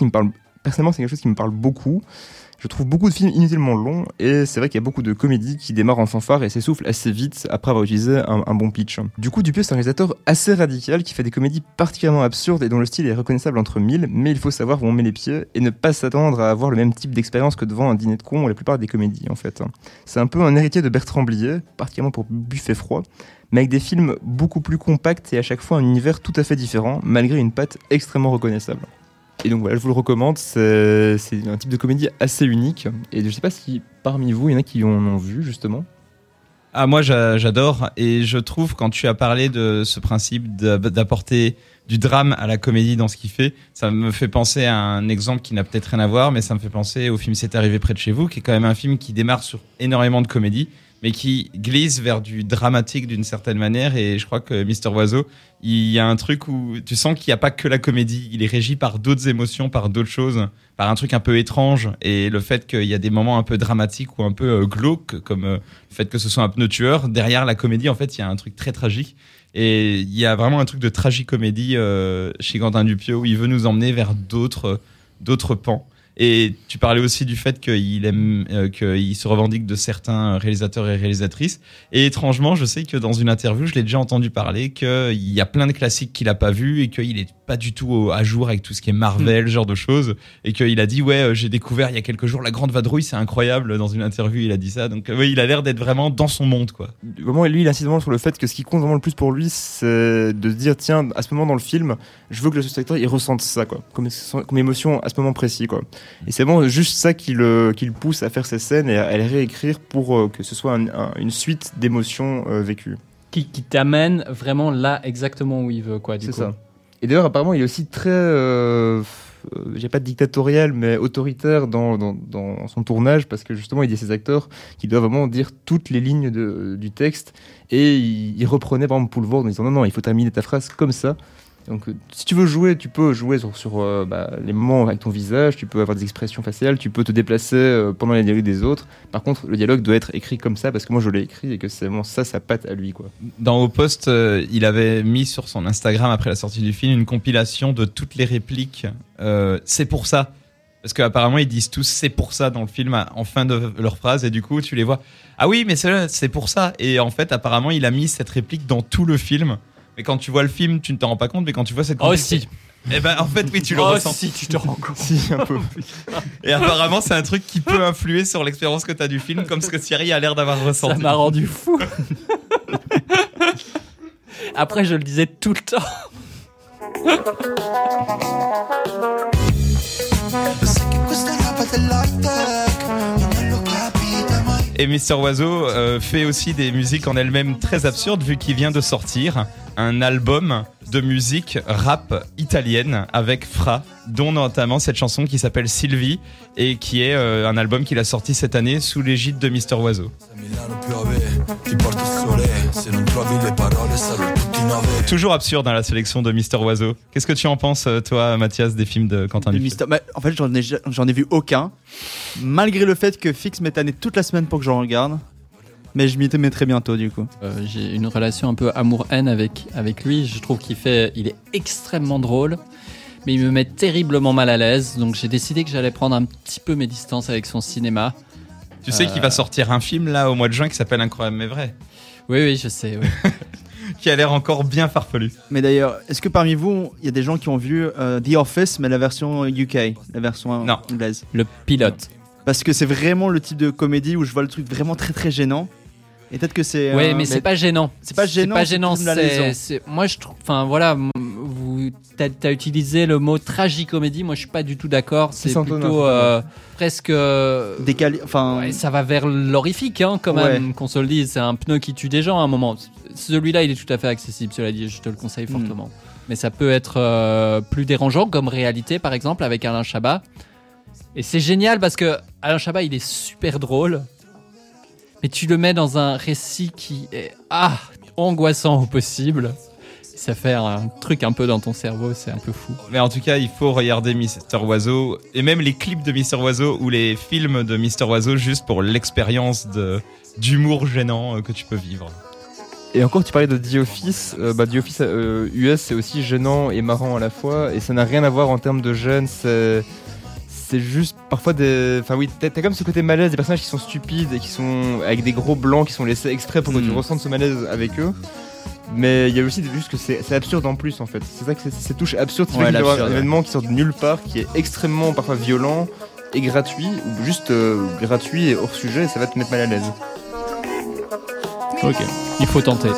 qui me parle beaucoup. Je trouve beaucoup de films inutilement longs et c'est vrai qu'il y a beaucoup de comédies qui démarrent en fanfare et s'essoufflent assez vite après avoir utilisé un bon pitch. Du coup, Dupieux, c'est un réalisateur assez radical qui fait des comédies particulièrement absurdes et dont le style est reconnaissable entre mille, mais il faut savoir où on met les pieds et ne pas s'attendre à avoir le même type d'expérience que devant un dîner de cons ou la plupart des comédies, en fait. C'est un peu un héritier de Bertrand Blier, particulièrement pour Buffet froid, mais avec des films beaucoup plus compacts et à chaque fois un univers tout à fait différent, malgré une patte extrêmement reconnaissable. Et donc voilà, je vous le recommande, c'est un type de comédie assez unique, et je sais pas si parmi vous, il y en a qui en ont vu justement. Ah, moi j'adore, et je trouve quand tu as parlé de ce principe d'apporter du drame à la comédie dans ce qu'il fait, ça me fait penser à un exemple qui n'a peut-être rien à voir, mais ça me fait penser au film C'est arrivé près de chez vous, qui est quand même un film qui démarre sur énormément de comédie, mais qui glisse vers du dramatique d'une certaine manière. Et je crois que Mister Oiseau, il y a un truc où tu sens qu'il n'y a pas que la comédie, il est régi par d'autres émotions, par d'autres choses, par un truc un peu étrange. Et le fait qu'il y a des moments un peu dramatiques ou un peu glauques, comme le fait que ce soit un pneu tueur, derrière la comédie, en fait, il y a un truc très tragique. Et il y a vraiment un truc de tragicomédie chez Quentin Dupieux où il veut nous emmener vers d'autres pans. Et tu parlais aussi du fait qu'il aime, qu'il se revendique de certains réalisateurs et réalisatrices. Et étrangement, je sais que dans une interview, je l'ai déjà entendu parler qu'il y a plein de classiques qu'il a pas vus et qu'il est pas du tout à jour avec tout ce qui est Marvel, ce genre de choses. Et qu'il a dit, j'ai découvert il y a quelques jours La Grande Vadrouille, c'est incroyable. Dans une interview, il a dit ça. Donc, oui, il a l'air d'être vraiment dans son monde, quoi. Vraiment, lui, il insiste vraiment sur le fait que ce qui compte vraiment le plus pour lui, c'est de se dire, tiens, à ce moment dans le film, je veux que le spectateur, il ressente ça, quoi. Comme émotion à ce moment précis, quoi. Et c'est vraiment juste ça qui le pousse à faire ces scènes et à les réécrire pour que ce soit une suite d'émotions vécues. Qui t'amène vraiment là exactement où il veut, quoi, du coup. C'est ça. Et d'ailleurs, apparemment, il est aussi très, j'ai pas de dictatorial, mais autoritaire dans son tournage, parce que justement, il dit à ses acteurs qui doivent vraiment dire toutes les lignes du texte, et il reprenait par exemple Poulvord en disant non, il faut terminer ta phrase comme ça. Donc, si tu veux jouer, tu peux jouer sur les moments avec ton visage, tu peux avoir des expressions faciales, tu peux te déplacer pendant les dialogues des autres. Par contre, le dialogue doit être écrit comme ça, parce que moi je l'ai écrit et que c'est vraiment ça, sa patte à lui, quoi. Dans Au Poste, il avait mis sur son Instagram, après la sortie du film, une compilation de toutes les répliques. C'est pour ça. Parce qu'apparemment, ils disent tous c'est pour ça dans le film en fin de leur phrase, et du coup, tu les vois. Ah oui, mais c'est pour ça. Et en fait, apparemment, il a mis cette réplique dans tout le film. Mais quand tu vois le film, tu ne t'en rends pas compte, mais quand tu vois cette compilation... Oh si. Eh ben, en fait, oui, tu le ressens. Si, tu te rends compte. Si, un peu. Et apparemment, c'est un truc qui peut influer sur l'expérience que tu as du film, comme ce que Thierry a l'air d'avoir ressenti. Ça m'a rendu fou. Après, je le disais tout le temps. Et Mister Oiseau fait aussi des musiques en elles-mêmes très absurdes, vu qu'il vient de sortir un album de musique rap italienne avec Fra, dont notamment cette chanson qui s'appelle Sylvie, et qui est un album qu'il a sorti cette année sous l'égide de Mister Oiseau. Toujours absurde dans la sélection de Mister Oiseau. Qu'est-ce que tu en penses, toi, Mathias, des films de Quentin Dupieux ? En fait, j'en ai vu aucun, malgré le fait que Fix m'ait tanné toute la semaine pour que j'en regarde. Mais je m'y mettrai bientôt, du coup. J'ai une relation un peu amour-haine avec lui. Je trouve il est extrêmement drôle, mais il me met terriblement mal à l'aise. Donc j'ai décidé que j'allais prendre un petit peu mes distances avec son cinéma. Tu sais qu'il va sortir un film là au mois de juin qui s'appelle Incroyable mais vrai. Oui, je sais. Oui. Qui a l'air encore bien farfelu. Mais d'ailleurs, est-ce que parmi vous, il y a des gens qui ont vu The Office, mais la version UK, la version anglaise ? Le pilote. Parce que c'est vraiment le type de comédie où je vois le truc vraiment très très gênant. Et peut-être que c'est. Oui, mais c'est pas gênant. C'est pas gênant. Moi, je trouve. Enfin, voilà. T'as utilisé le mot tragicomédie. Moi, je suis pas du tout d'accord. C'est plutôt presque décalé. Enfin, ouais, ça va vers l'horrifique, quand même. Qu'on se le dise. C'est un pneu qui tue des gens à un moment. Celui-là, il est tout à fait accessible. Cela dit, je te le conseille fortement. Mais ça peut être plus dérangeant comme réalité, par exemple, avec Alain Chabat. Et c'est génial parce que Alain Chabat, il est super drôle. Mais tu le mets dans un récit qui est angoissant au possible. Ça fait un truc un peu dans ton cerveau, c'est un peu fou. Mais en tout cas, il faut regarder Mister Oiseau et même les clips de Mister Oiseau ou les films de Mister Oiseau juste pour l'expérience d'humour gênant que tu peux vivre. Et encore, tu parlais de The Office. The Office US, c'est aussi gênant et marrant à la fois. Et ça n'a rien à voir en termes de gêne. C'est juste parfois des. Enfin oui, t'as comme ce côté malaise, des personnages qui sont stupides et qui sont avec des gros blancs qui sont laissés exprès pour que tu ressentes ce malaise avec eux. Mais il y a aussi juste que c'est absurde en plus en fait. C'est ça que cette touche absurde qui fait qu'il y a un événement qui sort de nulle part, qui est extrêmement parfois violent et gratuit, ou juste gratuit et hors sujet, et ça va te mettre mal à l'aise. Ok, il faut tenter.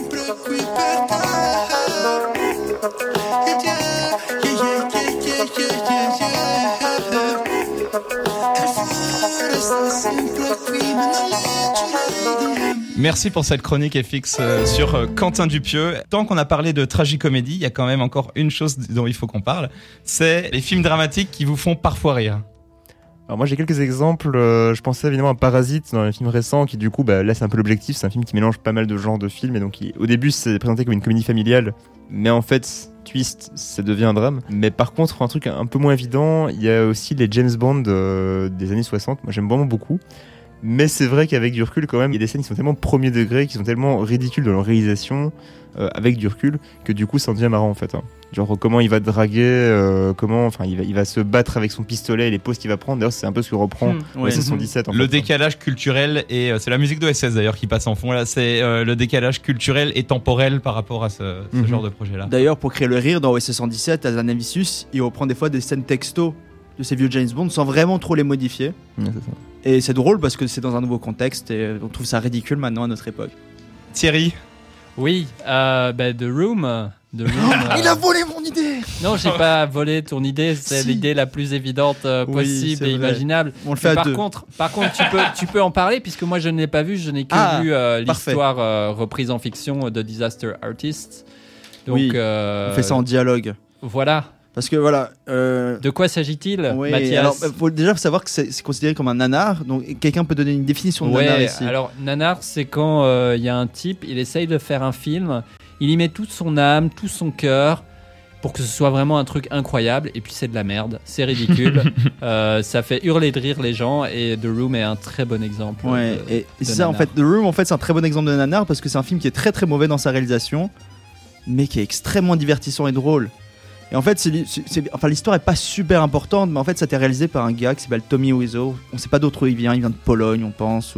Merci pour cette chronique FX sur Quentin Dupieux. Tant qu'on a parlé de tragicomédie, il y a quand même encore une chose dont il faut qu'on parle, c'est les films dramatiques qui vous font parfois rire. Alors moi j'ai quelques exemples, je pensais évidemment à Parasite dans les films récents qui du coup là c'est un peu l'objectif, c'est un film qui mélange pas mal de genres de films et donc au début c'est présenté comme une comédie familiale mais en fait twist ça devient un drame. Mais par contre un truc un peu moins évident, il y a aussi les James Bond des années 60, moi j'aime vraiment beaucoup. Mais c'est vrai qu'avec du recul, quand même, il y a des scènes qui sont tellement premier degré, qui sont tellement ridicules dans leur réalisation, avec du recul, que du coup, ça en devient marrant en fait. Hein. Genre comment il va draguer, il va se battre avec son pistolet et les poses qu'il va prendre. D'ailleurs, c'est un peu ce que reprend OSS 117. Le décalage culturel et c'est la musique d'OSS d'ailleurs qui passe en fond là. C'est le décalage culturel et temporel par rapport à ce genre de projet-là. D'ailleurs, pour créer le rire dans OSS 117, Hazanavicius, il reprend des fois des scènes texto de ces vieux James Bond sans vraiment trop les modifier. Ouais, c'est ça. Et c'est drôle parce que c'est dans un nouveau contexte et on trouve ça ridicule maintenant à notre époque. Thierry, Oui, The Room. Il a volé mon idée. Non, j'ai pas volé ton idée. C'est Si. l'idée la plus évidente Oui, possible c'est et vrai. imaginable. On le fait à par deux. contre, tu peux en parler puisque moi je ne l'ai pas vu. Je n'ai que vu l'histoire reprise en fiction de Disaster Artist. Donc, Oui, On fait ça en dialogue. Voilà. Parce que voilà. De quoi s'agit-il, Oui, Mathias? alors, faut déjà savoir que c'est considéré comme un nanar. Donc quelqu'un peut donner une définition de nanar Ouais, ici. alors nanar, c'est quand il y a un type, il essaye de faire un film, il y met toute son âme, tout son cœur pour que ce soit vraiment un truc incroyable, et puis c'est de la merde, c'est ridicule, ça fait hurler de rire les gens, et The Room est un très bon exemple. Ouais, de- et c'est de ça en nanar. fait. The Room, en fait, c'est un très bon exemple de nanar parce que c'est un film qui est très très mauvais dans sa réalisation, mais qui est extrêmement divertissant et drôle. Et en fait, l'histoire est pas super importante, mais en fait, ça a été réalisé par un gars qui s'appelle Tommy Wiseau. On sait pas d'où il vient de Pologne, on pense.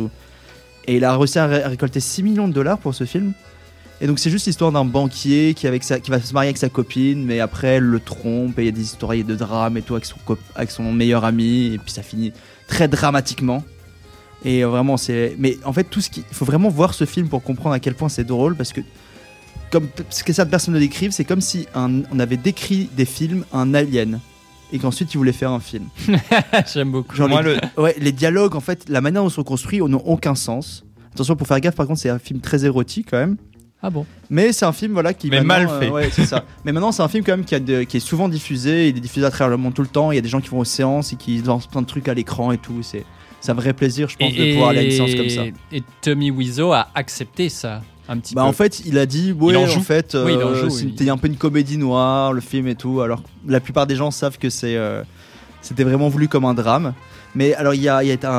Et il a réussi à récolter 6 millions de dollars pour ce film. Et donc, c'est juste l'histoire d'un banquier qui va se marier avec sa copine, mais après, elle le trompe, et il y a des histoires de drame et tout avec son meilleur ami, et puis ça finit très dramatiquement. Et vraiment, mais en fait, il faut vraiment voir ce film pour comprendre à quel point c'est drôle, parce que comme ce que certaines personnes le décrivent, c'est comme si on avait décrit des films à un alien et qu'ensuite il voulait faire un film. J'aime beaucoup. Genre Moi, les dialogues, en fait, la manière dont ils sont construits n'ont aucun sens. Attention, pour faire gaffe, par contre, c'est un film très érotique quand même. Ah bon? Mais c'est un film voilà qui Mais maintenant, mal fait. ouais, c'est ça. Mais maintenant, c'est un film quand même qui est souvent diffusé. Il est diffusé à travers le monde tout le temps. Il y a des gens qui vont aux séances et qui lancent plein de trucs à l'écran et tout. C'est un vrai plaisir, je pense, de pouvoir aller à une séance comme ça. Et Tommy Wiseau a accepté ça un petit peu. En fait, il a dit, Il en en joue. fait, Oui, il en joue, c'était un peu une comédie noire, le film et tout. Alors, la plupart des gens savent que c'était vraiment voulu comme un drame. Mais alors, il y a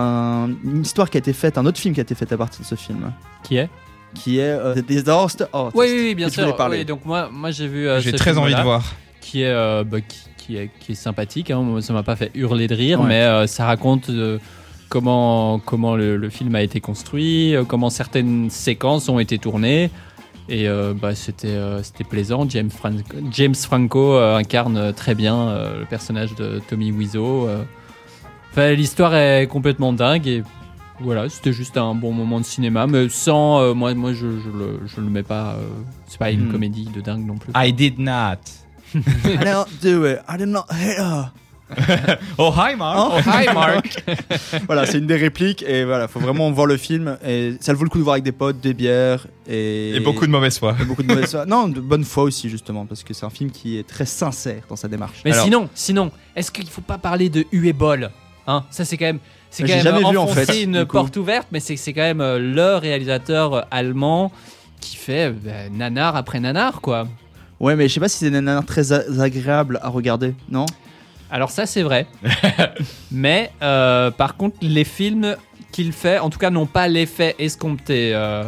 une histoire qui a été faite, un autre film qui a été fait à partir de ce film, Qui est? qui est The Disaster Artist. Oui, bien que tu voulais sûr. parler. Oui, donc moi j'ai vu. j'ai ce très envie de film-là, voir. Qui est, qui est sympathique. Hein. Moi, ça m'a pas fait hurler de rire, Ouais. mais ça raconte comment le film a été construit, comment certaines séquences ont été tournées. Et c'était plaisant. James Franco incarne très bien le personnage de Tommy Wiseau. L'histoire est complètement dingue et voilà, c'était juste un bon moment de cinéma, mais sans moi je le mets pas. C'est pas une comédie de dingue non plus. I did not. I don't do it. I did not hit her. Oh hi Mark. Hein Hi Mark. Voilà, c'est une des répliques et voilà, faut vraiment voir le film et ça vaut le coup de voir avec des potes, des bières et beaucoup de mauvaise foi. et beaucoup de mauvaise foi. Non, de bonne foi aussi justement parce que c'est un film qui est très sincère dans sa démarche. Mais Alors- sinon, est-ce qu'il faut pas parler de Uwe-Boll, hein? Ça c'est quand même J'ai jamais vu, en enfoncer fait, une du coup. porte ouverte, mais c'est quand même le réalisateur allemand qui fait nanar après nanar, quoi. Ouais, mais je sais pas si c'est des nanars très agréables à regarder, non? Alors ça c'est vrai, mais par contre les films qu'il fait, en tout cas n'ont pas l'effet escompté.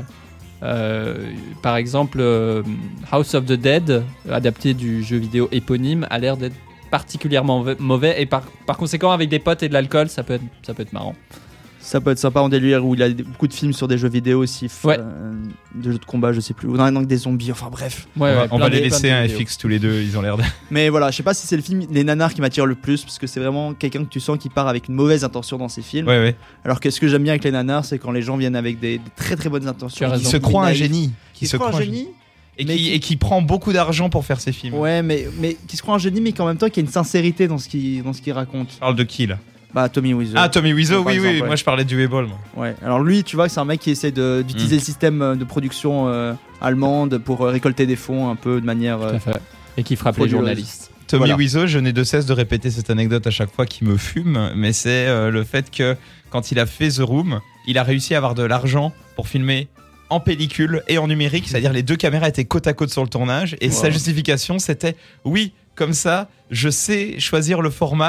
Par exemple, House of the Dead, adapté du jeu vidéo éponyme, a l'air d'être particulièrement mauvais et par conséquent avec des potes et de l'alcool ça peut être marrant. Ça peut être sympa en délire où il a beaucoup de films sur des jeux vidéo aussi, Ouais. de jeux de combat, je sais plus, ou non, des zombies, enfin bref. Ouais, On plein va les de- laisser plein de un vidéos. FX tous les deux, ils ont l'air de... Mais voilà, je sais pas si c'est le film Les Nanars qui m'attire le plus parce que c'est vraiment quelqu'un que tu sens qui part avec une mauvaise intention dans ses films. Ouais. Alors que ce que j'aime bien avec les nanars, c'est quand les gens viennent avec des très très bonnes Tu as intentions. raison. Qui se croit un naïfs. génie. Qui se croit un génie. Et mais qui prend beaucoup d'argent pour faire ses films. Ouais, mais qui se croit un génie, mais qu'en même temps qui a une sincérité dans ce qu'il raconte. Tu parles de qui là? Bah Tommy Wiseau. Ah, Tommy Wiseau, par oui, exemple, oui. ouais. Moi, je parlais du Webull. Ouais. Alors lui, tu vois, c'est un mec qui essaie d'utiliser le système de production allemande pour récolter des fonds un peu de manière. Tout à fait. Et qui frappe les frauduleuse. journalistes. Tommy Voilà. Wiseau, je n'ai de cesse de répéter cette anecdote à chaque fois qu'il me fume, mais c'est le fait que quand il a fait The Room, il a réussi à avoir de l'argent pour filmer en pellicule et en numérique, c'est-à-dire les deux caméras étaient côte à côte sur le tournage, et Wow. sa justification c'était oui, comme ça, je sais choisir le format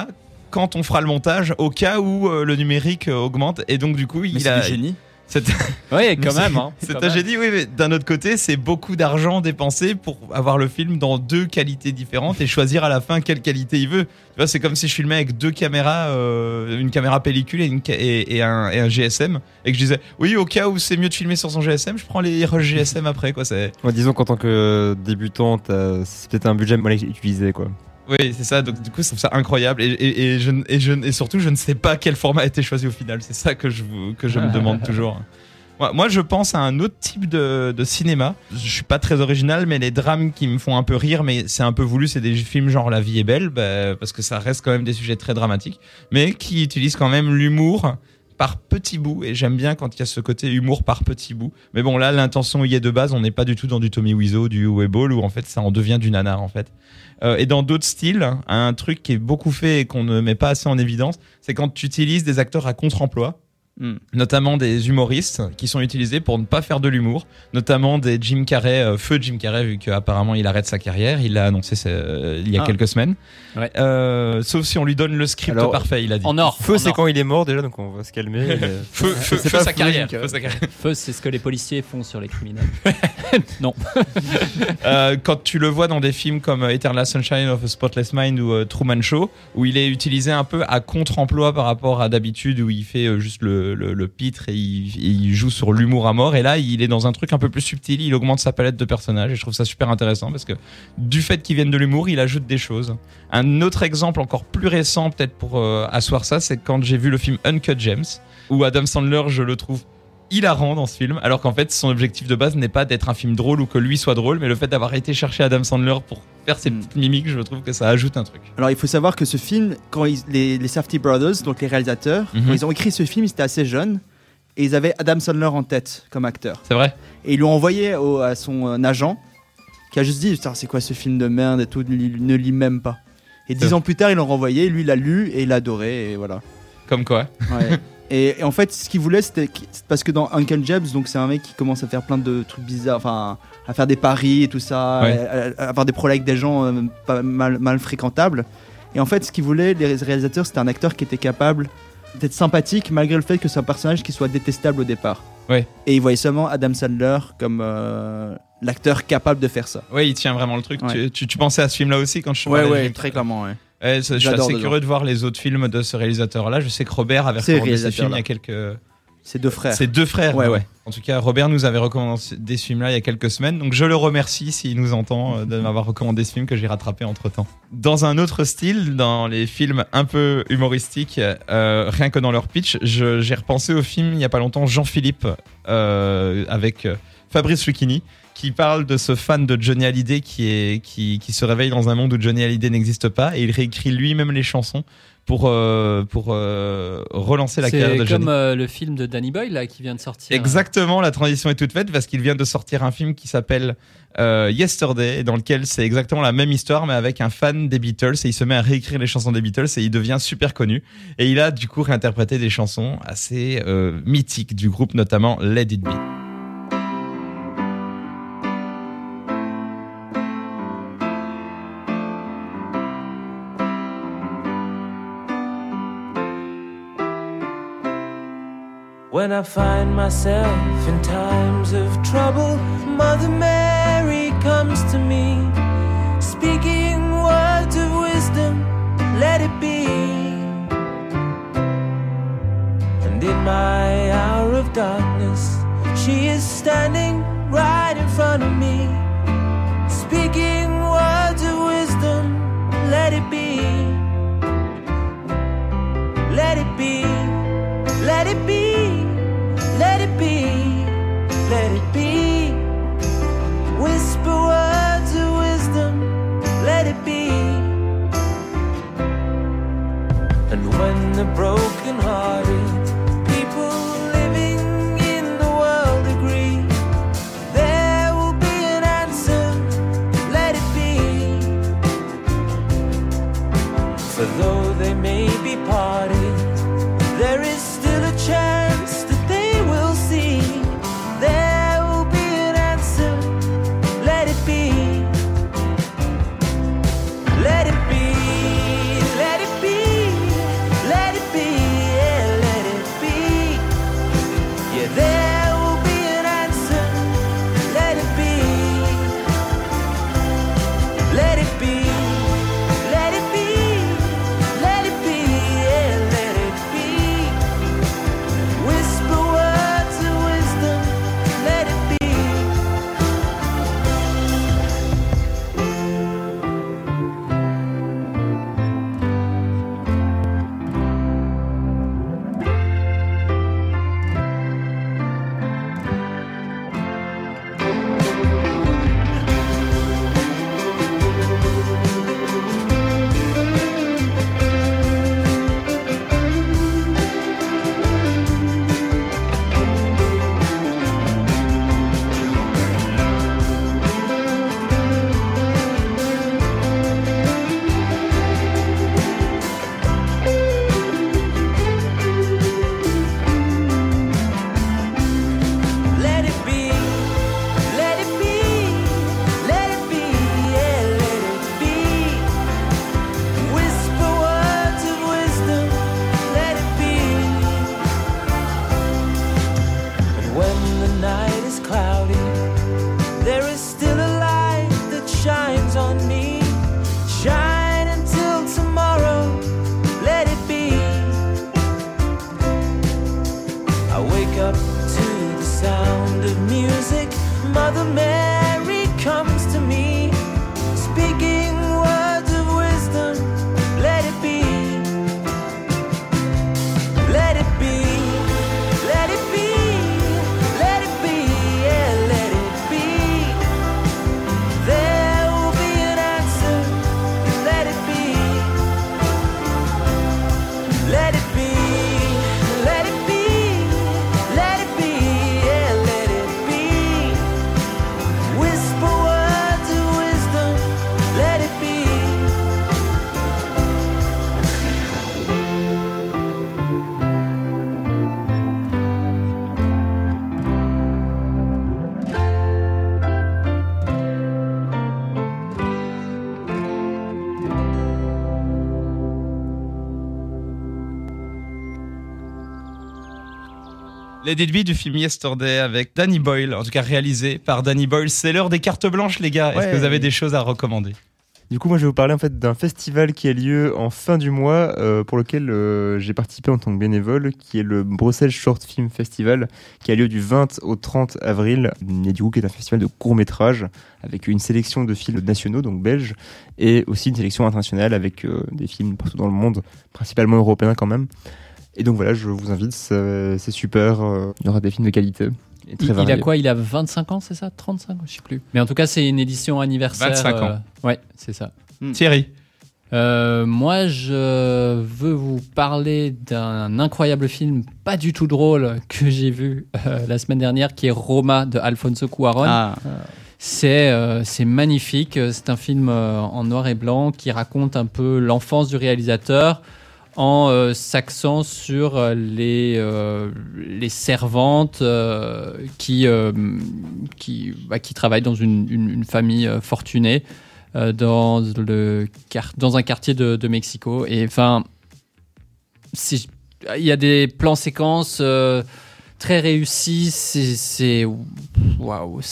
quand on fera le montage au cas où le numérique augmente. Et donc du coup, Mais il c'est a du génie. Oui, quand même. Hein, C'est quand un même. génie, oui, mais d'un autre côté, c'est beaucoup d'argent dépensé pour avoir le film dans 2 qualités différentes et choisir à la fin quelle qualité il veut. Tu vois, c'est comme si je filmais avec 2 caméras, une caméra pellicule et un GSM, et que je disais, oui, au cas où c'est mieux de filmer sur son GSM, je prends les rushs GSM après, quoi. Ouais, disons qu'en tant que débutant, c'est peut-être un budget mal utilisé, quoi. Oui, c'est ça. Donc du coup, je trouve ça incroyable et surtout, je ne sais pas quel format a été choisi au final. C'est ça que je me demande toujours. Moi, je pense à un autre type de cinéma. Je suis pas très original, mais les drames qui me font un peu rire, mais c'est un peu voulu, c'est des films genre La vie est belle, parce que ça reste quand même des sujets très dramatiques, mais qui utilisent quand même l'humour par petits bouts, et j'aime bien quand il y a ce côté humour par petits bouts. Mais bon, là, l'intention y est de base, on n'est pas du tout dans du Tommy Wiseau, du Webull, où en fait ça en devient du nanar en fait. Et dans d'autres styles, un truc qui est beaucoup fait et qu'on ne met pas assez en évidence, c'est quand tu utilises des acteurs à contre-emploi, notamment des humoristes qui sont utilisés pour ne pas faire de l'humour, notamment des Jim Carrey, feu Jim Carrey, vu qu'apparemment il arrête sa carrière, il l'a annoncé il y a quelques semaines. Ouais. Sauf si on lui donne le script Alors, parfait, il a dit. En or. Feu, en c'est or. quand il est mort déjà, donc on va se calmer. Feu C'est pas sa carrière. Jim Carrey. Feu sa carrière. Feu, c'est ce que les policiers font sur les criminels. Non. Quand tu le vois dans des films comme Eternal Sunshine of a Spotless Mind ou Truman Show, où il est utilisé un peu à contre-emploi par rapport à d'habitude, où il fait juste le pitre et il joue sur l'humour à mort, et là il est dans un truc un peu plus subtil, il augmente sa palette de personnages, et je trouve ça super intéressant parce que du fait qu'il vienne de l'humour, il ajoute des choses. Un autre exemple encore plus récent peut-être pour asseoir ça, c'est quand j'ai vu le film Uncut Gems, où Adam Sandler, je le trouve hilarant dans ce film, alors qu'en fait son objectif de base n'est pas d'être un film drôle ou que lui soit drôle, mais le fait d'avoir été chercher Adam Sandler pour faire ses petites mimiques, je trouve que ça ajoute un truc. Alors il faut savoir que ce film, quand les Safdie Brothers, donc les réalisateurs, quand ils ont écrit ce film, ils étaient assez jeunes et ils avaient Adam Sandler en tête comme acteur. C'est vrai. Et ils lui ont envoyé à son agent qui a juste dit putain, c'est quoi ce film de merde et tout, ne lis même pas. Et 10 ans plus tard, ils l'ont renvoyé, lui il l'a lu et il l'a adoré, et voilà. Comme quoi. Ouais. Et en fait, ce qu'il voulait, c'était parce que dans Uncle James, donc c'est un mec qui commence à faire plein de trucs bizarres, enfin à faire des paris et tout ça, Ouais. à avoir des problèmes avec des gens pas mal fréquentables. Et en fait, ce qu'il voulait, les réalisateurs, c'était un acteur qui était capable d'être sympathique malgré le fait que c'est un personnage qui soit détestable au départ. Ouais. Et il voyait seulement Adam Sandler comme l'acteur capable de faire ça. Ouais, il tient vraiment le truc. Ouais. Tu pensais à ce film-là aussi quand je parlais de- très clairement, ouais. Ouais, je suis J'adore assez dedans. curieux de voir les autres films de ce réalisateur-là. Je sais que Robert avait C'est recommandé ce film il y réalisateur-là. a quelques... C'est deux frères. C'est 2 frères. Ouais, ouais. En tout cas, Robert nous avait recommandé ce film-là il y a quelques semaines. Donc je le remercie s'il nous entend de m'avoir recommandé ce film que j'ai rattrapé entre-temps. Dans un autre style, dans les films un peu humoristiques, rien que dans leur pitch, j'ai repensé au film il y a pas longtemps, Jean-Philippe, avec Fabrice Lucchini, qui parle de ce fan de Johnny Hallyday qui se réveille dans un monde où Johnny Hallyday n'existe pas, et il réécrit lui-même les chansons pour relancer la carrière de C'est Johnny. comme le film de Danny Boyle là, qui vient de sortir. Exactement, la transition est toute faite parce qu'il vient de sortir un film qui s'appelle Yesterday, dans lequel c'est exactement la même histoire mais avec un fan des Beatles, et il se met à réécrire les chansons des Beatles et il devient super connu, et il a du coup réinterprété des chansons assez mythiques du groupe, notamment Let It Be. When I find myself in times of trouble, Mother Mary comes to me, speaking words of wisdom, let it be. And in my hour of darkness, she is standing right in front of me, speaking words of wisdom, let it be. Let it be, let it be, let it be, let it be. Whisper words of wisdom, let it be. And when the broken-hearted people living in the world agree, there will be an answer, let it be. wake up to the sound of music. Mother Mary comes to me, speaking words of wisdom. Let it be, let it be, let it be, let it be, yeah, let it be. There will be an answer. Let it be, let it be, let it be, let it be, yeah, let it be. Whisper words of wisdom. Let it be. Let It Be du film Yesterday avec Danny Boyle, en tout cas réalisé par Danny Boyle. C'est l'heure des cartes blanches, les gars. Est-ce Ouais. que vous avez des choses à recommander? Du coup, moi, je vais vous parler en fait d'un festival qui a lieu en fin du mois, pour lequel j'ai participé en tant que bénévole, qui est le Bruxelles Short Film Festival, qui a lieu du 20 au 30 avril, et du coup, qui est un festival de courts-métrages, avec une sélection de films nationaux, donc belges, et aussi une sélection internationale avec des films partout dans le monde, principalement européens quand même. Et donc voilà, je vous invite, c'est super, il y aura des films de qualité. Et très Il variés. a quoi? Il a 25 ans, c'est ça? 35 ans, je sais plus. Mais en tout cas, c'est une édition anniversaire. 25 ans. Ouais, c'est ça. Thierry. Moi, je veux vous parler d'un incroyable film, pas du tout drôle, que j'ai vu la semaine dernière, qui est Roma de Alfonso Cuarón. Ah, C'est magnifique. C'est un film en noir et blanc qui raconte un peu l'enfance du réalisateur en s'axant sur les servantes qui travaillent dans une famille fortunée dans un quartier de Mexico. Et enfin, il y a des plans séquences très réussis. Waouh,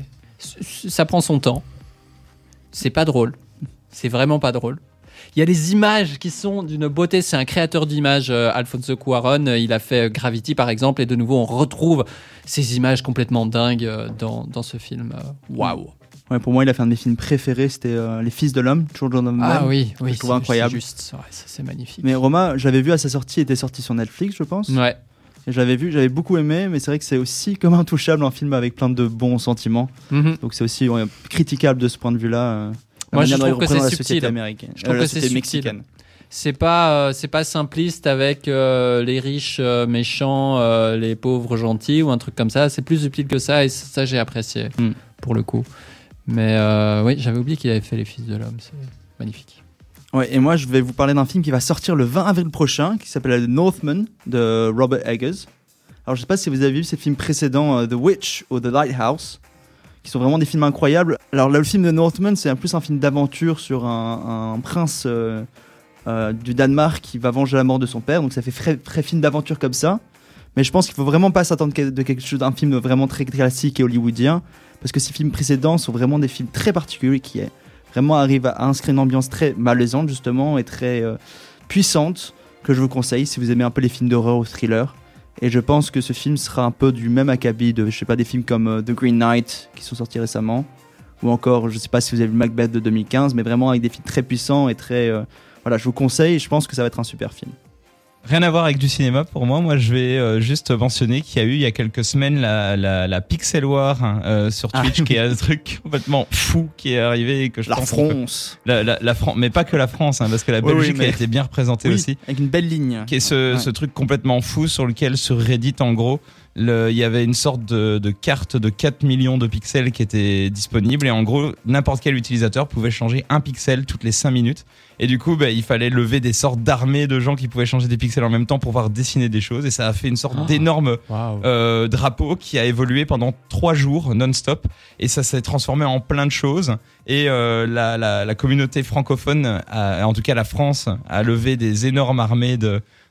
ça prend son temps. C'est pas drôle. C'est vraiment pas drôle. Il y a des images qui sont d'une beauté. C'est un créateur d'images, Alfonso Cuarón. Il a fait Gravity, par exemple. Et de nouveau, on retrouve ces images complètement dingues dans ce film. Waouh. ouais, pour moi, il a fait un de mes films préférés, c'était Les Fils de l'Homme, Children of Man. Ah oui, je trouve incroyable. C'est juste, ouais, c'est magnifique. Mais Roma, j'avais vu à sa sortie, il était sorti sur Netflix, je pense. Ouais. Et j'avais beaucoup aimé, mais c'est vrai que c'est aussi comme Intouchable, un film avec plein de bons sentiments. Mhm. Donc c'est aussi critiquable de ce point de vue-là. Moi, je la manière dont trouve il que représente c'est la société subtil. américaine. Je trouve La que c'est société subtil. mexicaine. C'est pas simpliste avec les riches méchants, les pauvres gentils ou un truc comme ça. C'est plus subtil que ça et ça j'ai apprécié pour le coup. Mais oui, j'avais oublié qu'il avait fait Les Fils de l'Homme. C'est magnifique. Ouais, et moi, je vais vous parler d'un film qui va sortir le 20 avril prochain, qui s'appelle The Northman de Robert Eggers. Alors, je sais pas si vous avez vu ces films précédents, The Witch ou The Lighthouse, qui sont vraiment des films incroyables. Alors là, le film de Northman, c'est plus un film d'aventure sur un prince du Danemark qui va venger la mort de son père. Donc ça fait très film d'aventure comme ça. Mais je pense qu'il faut vraiment pas s'attendre de quelque chose d'un film vraiment très classique et hollywoodien, parce que ces films précédents sont vraiment des films très particuliers qui vraiment arrivent à inscrire une ambiance très malaisante justement et très puissante, que je vous conseille si vous aimez un peu les films d'horreur ou thriller. Et je pense que ce film sera un peu du même acabit de, je sais pas, des films comme The Green Knight qui sont sortis récemment, ou encore, je sais pas si vous avez vu Macbeth de 2015, mais vraiment avec des films très puissants et très... voilà, je vous conseille et je pense que ça va être un super film. Rien à voir avec du cinéma pour moi. Moi, je vais juste mentionner qu'il y a eu il y a quelques semaines la Pixel War sur Twitch, qui est un truc complètement fou qui est arrivé et que je La pense France. la France, mais pas que la France, parce que la Oui, Belgique oui, mais- a été bien représentée Oui, aussi. avec une belle ligne. Qui est ce truc complètement fou sur lequel sur Reddit en gros il y avait une sorte de carte de 4 millions de pixels qui était disponible et en gros n'importe quel utilisateur pouvait changer un pixel toutes les 5 minutes et du coup il fallait lever des sortes d'armées de gens qui pouvaient changer des pixels en même temps pour pouvoir dessiner des choses et ça a fait une sorte d'énorme drapeau qui a évolué pendant 3 jours non-stop et ça s'est transformé en plein de choses et la communauté francophone en tout cas la France a levé des énormes armées de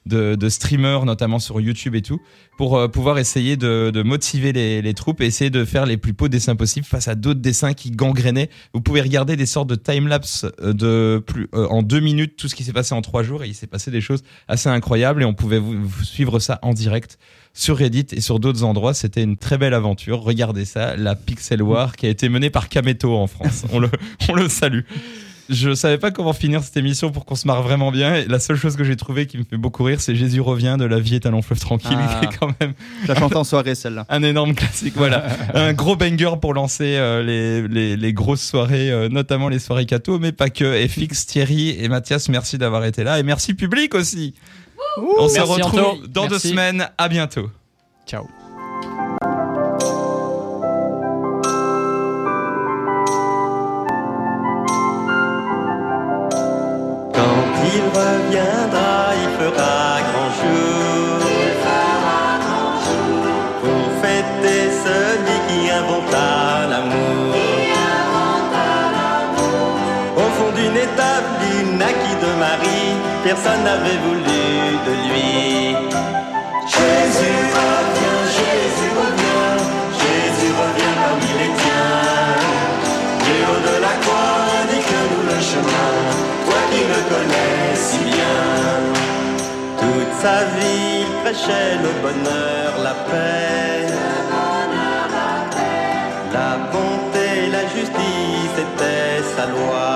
de streamers, notamment sur YouTube et tout, pour pouvoir essayer de motiver les troupes et essayer de faire les plus beaux dessins possibles face à d'autres dessins qui gangrénaient. Vous pouvez regarder des sortes de time-lapse en 2 minutes, tout ce qui s'est passé en 3 jours, et il s'est passé des choses assez incroyables, et on pouvait vous suivre ça en direct sur Reddit et sur d'autres endroits. C'était une très belle aventure. Regardez ça, la Pixel War qui a été menée par Kameto en France. On le salue. Je savais pas comment finir cette émission pour qu'on se marre vraiment bien. Et la seule chose que j'ai trouvée qui me fait beaucoup rire, c'est Jésus revient de La vie est un long fleuve tranquille, qui est quand même Je la chante en soirée, celle-là. un énorme classique. Voilà, un gros banger pour lancer les grosses soirées, notamment les soirées Cato, mais pas que. FX, Thierry et Mathias, merci d'avoir été là, et merci public aussi. On se Merci, retrouve Anto. dans 2 Merci. semaines. À bientôt. Ciao. Quand il reviendra, il fera grand jour. Pour fêter celui qui inventa l'amour. Au fond d'une étable, il naquit de Marie. Personne n'avait voulu de lui. Jésus revient, Jésus revient. Jésus revient parmi les tiens. Du haut de la croix, indique-nous le chemin. Toi qui le connais si bien. Toute sa vie, il prêchait le bonheur, la paix. La bonté, la justice était sa loi.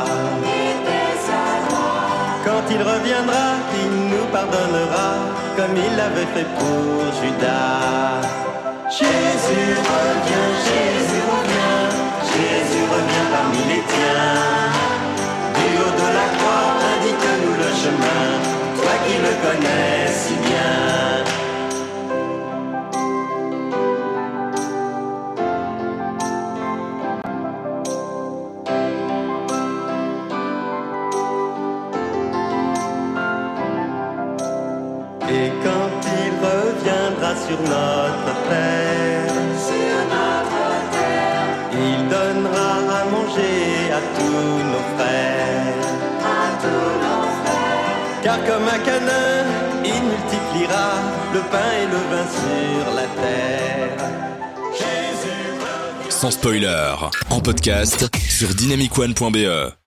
Quand il reviendra, il nous pardonnera, comme il l'avait fait pour Judas. Jésus revient, Jésus revient. Jésus revient parmi les tiens. Du haut de la croix, indique-nous le chemin, toi qui le connais si bien. Et quand il reviendra sur notre terre, il donnera à manger à tous nos frères. Car comme à Canaan, il multipliera le pain et le vin sur la terre. Sans spoiler, en podcast sur dynamicone.be.